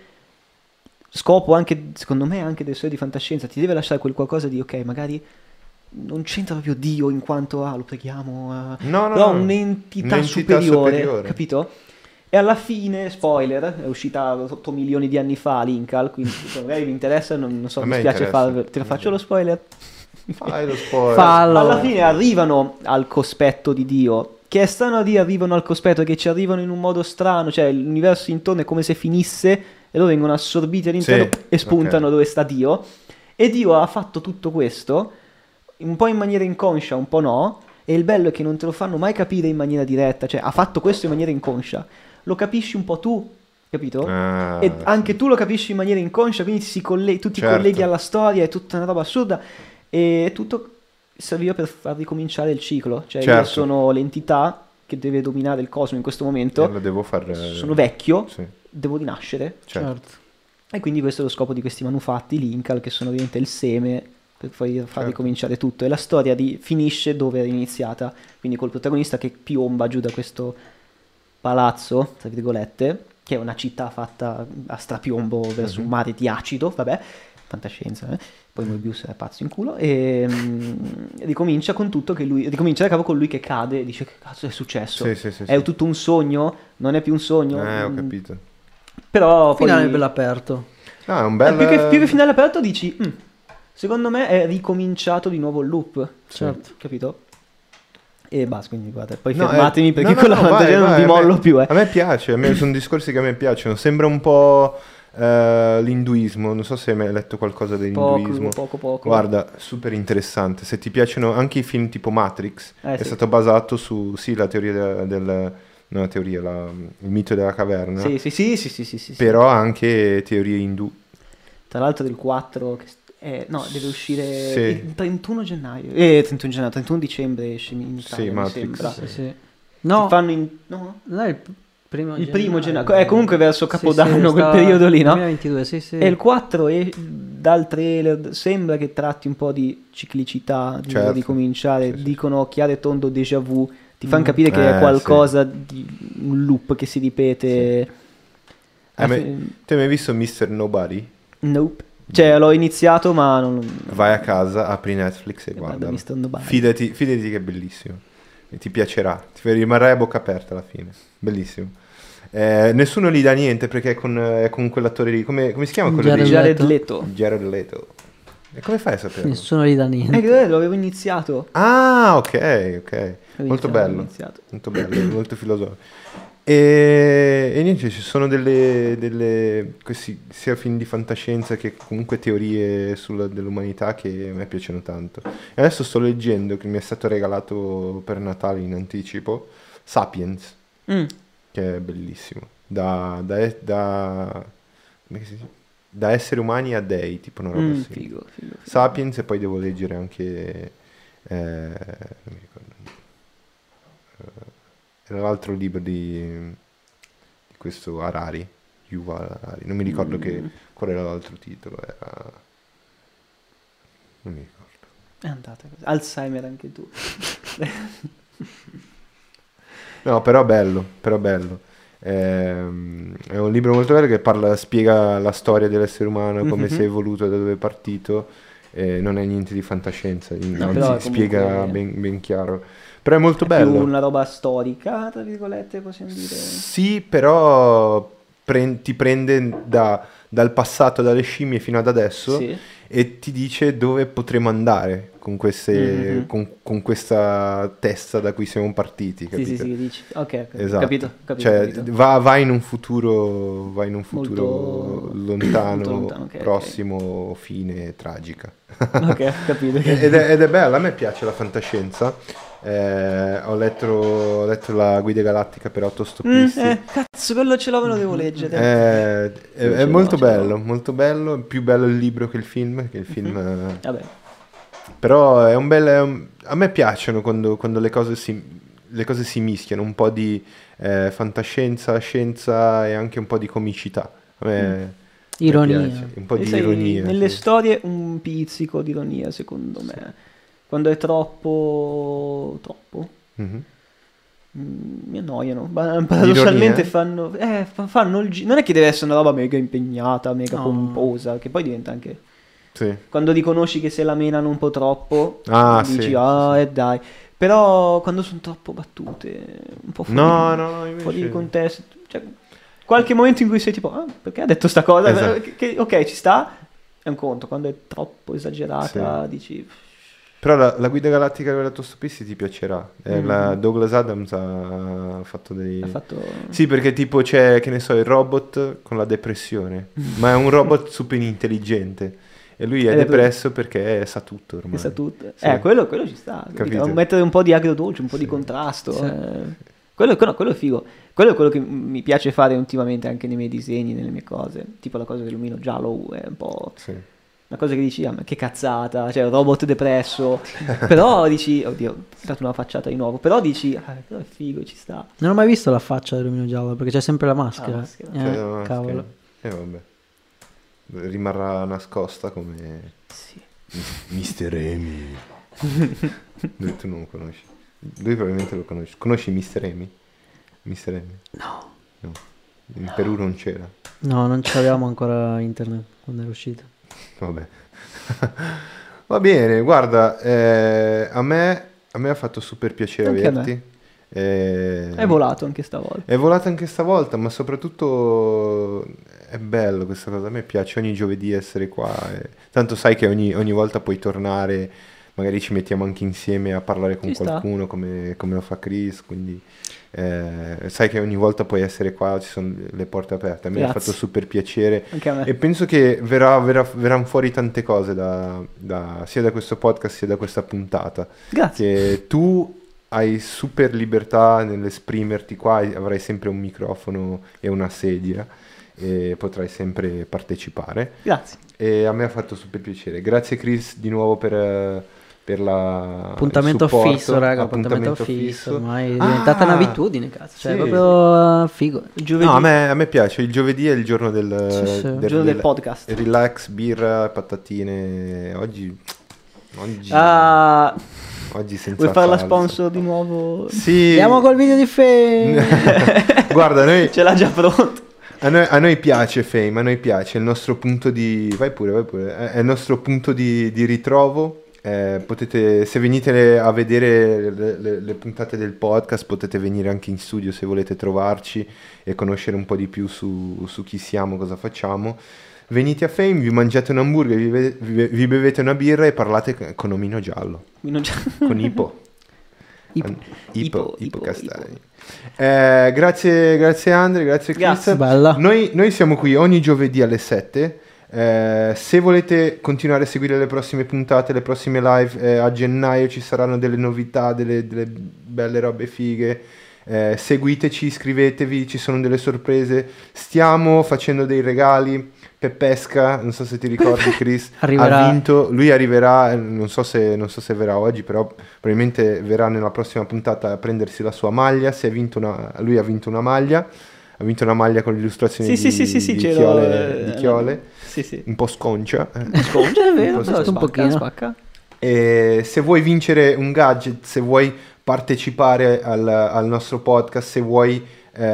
scopo anche, secondo me, anche delle storie di fantascienza, ti deve lasciare quel qualcosa di, ok, magari non c'entra proprio Dio in quanto, ah, lo preghiamo, eh, No, no, però no. un'entità, Un'entità superiore, superiore. capito? E alla fine, spoiler, è uscita otto milioni di anni fa Linkal, quindi se magari vi interessa, non, non so, A mi me spiace interessa. farvelo, te lo faccio lo spoiler? Fai lo spoiler. Fallo. Alla fine arrivano al cospetto di Dio, che stanno a dire arrivano al cospetto, che ci arrivano in un modo strano, cioè l'universo intorno è come se finisse e loro vengono assorbiti all'interno Sì, e spuntano ok. dove sta Dio. E Dio ha fatto tutto questo, un po' in maniera inconscia, un po' no, e il bello è che non te lo fanno mai capire in maniera diretta, cioè ha fatto questo in maniera inconscia, lo capisci un po' tu, capito? Ah, E anche tu lo capisci in maniera inconscia, quindi si colle- tu ti Certo. colleghi alla storia, è tutta una roba assurda e tutto serviva per far ricominciare il ciclo, cioè io Certo. sono l'entità che deve dominare il cosmo in questo Eh, momento, lo devo fare. sono vecchio, Sì, devo rinascere certo. Certo. e quindi questo è lo scopo di questi manufatti Linkal, che sono ovviamente il seme per poi far Certo. ricominciare tutto e la storia di- finisce dove era iniziata, quindi col protagonista che piomba giù da questo palazzo, tra virgolette, che è una città fatta a strapiombo verso Mhm. un mare di acido, vabbè, fantascienza, eh? Poi Moebius è pazzo in culo e mm, ricomincia con tutto che lui, ricomincia da capo con lui che cade e dice che cazzo è successo? Sì, sì, sì, È sì. tutto un sogno? Non è più un sogno? Eh, ho Mm, capito. Però poi... Finale bello aperto. No, è un Eh, bel... più, che, più che finale aperto dici, "Mm, secondo me è ricominciato di nuovo il loop, Certo. capito? E basta, quindi guarda, poi No, fermatemi eh, perché no, no, con la no, vai, fantasia non vai, vi a me- mollo più, eh. A me piace, a me sono discorsi che a me piacciono. Sembra un po' eh, l'induismo, non so se hai mai letto qualcosa dell'induismo. Poco, poco, poco. Guarda, super interessante. Se ti piacciono anche i film tipo Matrix, Eh, è sì. stato basato su, sì, la teoria del... del- no, la teoria, la- il mito della caverna, Sì, sì, sì, sì, sì, sì, sì, sì. però anche teorie indù. Tra l'altro del quattro, che, eh, no, deve uscire Sì. il trentuno gennaio, eh, trentuno gennaio, trentuno dicembre esce in Italia, Sì, mi Matrix, sembra. sì. Sì, sì. Ti No, fanno in... no? no, il p- primo Il primo gennaio, eh, comunque verso Sì, Capodanno, sì, quel stava- periodo lì, no? duemilaventidue, sì, sì. E il quattro è, dal trailer sembra che tratti un po' di ciclicità, di Certo. ricominciare, Sì, sì. dicono chiaro e tondo déjà vu, ti fanno Mm. capire che Eh, è qualcosa di un loop che si ripete. Eh, Alla me- fine- Tu hai mai visto mister Nobody? Nope. Cioè l'ho iniziato ma non... Vai a casa, apri Netflix e E guarda guarda. mister Nobody. Fidati, fidati che è bellissimo. E ti piacerà. Ti rimarrai a bocca aperta alla fine. Bellissimo. Eh, nessuno gli dà niente perché è con, è con quell'attore lì. Come, come si chiama quello Jared lì? Jared Leto. Leto. Jared Leto. E come fai a saperlo? Nessuno gli dà Eh, niente. che lo avevo iniziato. Ah, ok, ok. Avevo Molto iniziato, bello. avevo iniziato. Molto bello, molto filosofico. E, e niente, ci sono delle, delle questi sia film di fantascienza che comunque teorie sulla, dell'umanità che a me piacciono tanto. E adesso sto leggendo, che mi è stato regalato per Natale in anticipo, Sapiens, Mm. che è bellissimo. Da, da, da, come si dice? Da esseri umani a dei, tipo una roba Mm, simile. figo, figo, figo. Sapiens, e poi devo leggere anche eh, non mi ricordo, eh, era l'altro libro di, di questo Harari, Yuval Harari, non mi ricordo Mm. che, qual era l'altro titolo, era non mi ricordo. È andata così. Alzheimer anche tu. No, però bello, però bello. Ehm, è un libro molto bello che parla, spiega la storia dell'essere umano, come Mhm. si è evoluto, da dove è partito. Eh, non è niente di fantascienza, No, anzi però è spiega comunque- ben, ben chiaro. Però è molto È bello. più una roba storica, tra virgolette, possiamo dire. Sì, però pre- ti prende da- dal passato, dalle scimmie fino ad adesso, Sì. e ti dice dove potremo andare con, queste, Mhm. con, con questa testa da cui siamo partiti, Sì, capito? sì, sì, che dici. Ok, ok. Esatto. Capito, capito, Cioè, capito. Va, va in un futuro, va in un futuro Molto- lontano, molto lontano, ok, ok. prossimo, fine, tragica. Ok, ho capito. ed, è, ed è bella, a me piace la fantascienza. Eh, ho, letto, ho letto la guida galattica per autostoppisti. Mm, eh, cazzo, quello ce l'ho, me lo devo leggere. Eh, è, è Ce l'ho, molto ce l'ho. bello, molto bello. È più bello il libro che il film. Che il film eh, Vabbè. Però è un bel. È un- a me piacciono quando, quando le cose si, le cose si mischiano, un po' di eh, fantascienza, scienza e anche un po' di comicità. A me, a me Ironia. piace, un po' E di sai, ironia. nelle sì. storie un pizzico di ironia, secondo me. Quando è troppo... troppo? Mhm. mm, mi annoiano. Ma paradossalmente Ironia? fanno... Eh, fa- fanno il gi- Non è che deve essere una roba mega impegnata, mega No. pomposa, che poi diventa anche... Sì. Quando riconosci che se la menano un po' troppo, Ah, dici, sì, ah, sì, e dai. Però quando sono troppo battute, un po' fuori, No, no, fuori invece. di contesto, cioè, qualche momento in cui sei tipo, ah, perché ha detto sta cosa? Esatto. Che- che- ok, ci sta, è un conto. Quando è troppo esagerata, Sì. dici, Però la, la guida galattica per autostoppisti ti piacerà. Eh, Mhm. la Douglas Adams ha fatto dei... ha fatto... Sì, perché tipo c'è, che ne so, il robot con la depressione, ma è un robot super intelligente e lui è Ed è depresso perché sa tutto ormai. che sa tutto. Sì. Eh, quello, quello ci sta, capito? Capito. Mettere un po' di agrodolce, un po' Sì. di contrasto. Sì. eh. Quello, quello, quello è figo. Quello è quello che mi piace fare ultimamente anche nei miei disegni, nelle mie cose. Tipo la cosa dell'omino giallo è un po'... Sì. Una cosa che dici, ah, ma che cazzata, cioè un robot depresso. Però dici, oddio, è stata una facciata di nuovo. Però dici, ah, però è figo, ci sta. Non ho mai visto la faccia dell'omino giallo perché c'è sempre la maschera. La maschera. Eh, Cioè, no, cavolo. E vabbè. Rimarrà nascosta come Sì. mister Amy. Lui tu non lo conosci. Lui probabilmente lo conosci. Conosci mister Amy? mister Amy? No. No. In Perù non c'era. No, non c'avevamo ancora internet quando era uscito. Vabbè. Va bene, guarda, eh, a me, a me ha fatto super piacere Anche a me. averti. Eh, È volato anche stavolta. È volato anche stavolta, ma soprattutto è bello questa cosa. A me piace ogni giovedì essere qua. e- Tanto sai che ogni, ogni volta puoi tornare, magari ci mettiamo anche insieme a parlare con Ci sta. qualcuno come, come lo fa Chris. Quindi eh, sai che ogni volta puoi essere qua, ci sono le porte aperte. A me ha Grazie. fatto super piacere. Anche a me. E penso che verrà, verrà- verranno fuori tante cose da- da- sia da questo podcast sia da questa puntata. Grazie. Che tu hai super libertà nell'esprimerti qua, hai- avrai sempre un microfono e una sedia e potrai sempre partecipare. Grazie. E a me ha fatto super piacere. Grazie Chris di nuovo per, eh, per la Appuntamento il supporto. fisso, raga. Appuntamento fisso. Ormai è diventata Ah, un'abitudine, cazzo. Cioè, sì. proprio eh, figo. Giovedì, No, a me, a me piace. Il giovedì è il giorno del, Sì, sì. del, il giorno del rela- podcast. relax, birra, patatine. Oggi, oggi, Ah, oggi senza vuoi fare la salsa. sponsor di nuovo? Sì. Andiamo col video di Fame. Guarda, noi, Ce l'ha già pronto. a, noi, a noi piace Fame, a noi piace, è il nostro punto di... Vai pure, vai pure. È è il nostro punto di, di ritrovo. Eh, potete, se venite a vedere le, le- le puntate del podcast, potete venire anche in studio se volete trovarci e conoscere un po' di più su, su chi siamo, cosa facciamo. Venite a Fame, vi mangiate un hamburger, vi, be- vi- vi bevete una birra e parlate con Omino Giallo, Non c'è- con Ipo. Ipo. An- Ipo, Ipo, Ipo Ipo, Castagni. Eh, grazie, grazie Andre, grazie Chris. Grazie. Bella. Noi, noi siamo qui ogni giovedì alle sette. Eh, se volete continuare a seguire le prossime puntate, le prossime live, eh, a gennaio ci saranno delle novità, delle, delle belle robe fighe. Eh, seguiteci, iscrivetevi, ci sono delle sorprese. Stiamo facendo dei regali. Peppesca, non so se ti ricordi Chris, Arriverà. ha vinto, lui arriverà, eh, non so se, non so se verrà oggi, però probabilmente verrà nella prossima puntata a prendersi la sua maglia. Si è vinto una, lui ha vinto una maglia, ha vinto una maglia con l'illustrazione Sì, di, sì, sì, sì, sì, di c'ero, chiole, eh, di chiole, Sì, sì. un po' sconcia. eh. Scongia, è vero, Un po' però un spacca, pochino. spacca. E se vuoi vincere un gadget, se vuoi partecipare al, al nostro podcast, se vuoi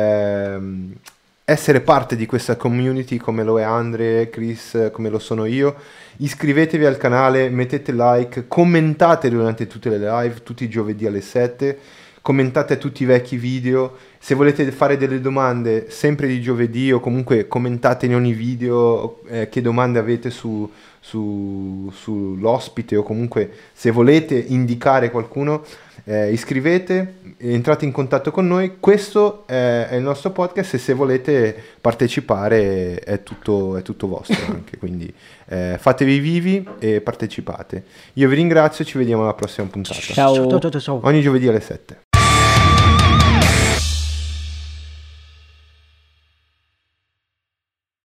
ehm, essere parte di questa community come lo è Andre, Chris, come lo sono io, iscrivetevi al canale, mettete like, commentate durante tutte le live, tutti i giovedì alle sette, commentate tutti i vecchi video Se volete fare delle domande sempre di giovedì o comunque commentate in ogni video eh, che domande avete su, su, sull'ospite o comunque se volete indicare qualcuno, eh, iscrivete, entrate in contatto con noi. Questo è, è il nostro podcast e se volete partecipare è tutto, è tutto vostro anche, quindi eh, fatevi vivi e partecipate. Io vi ringrazio e ci vediamo alla prossima puntata. Ciao. Ciao ciao ciao ciao. Ogni giovedì alle sette.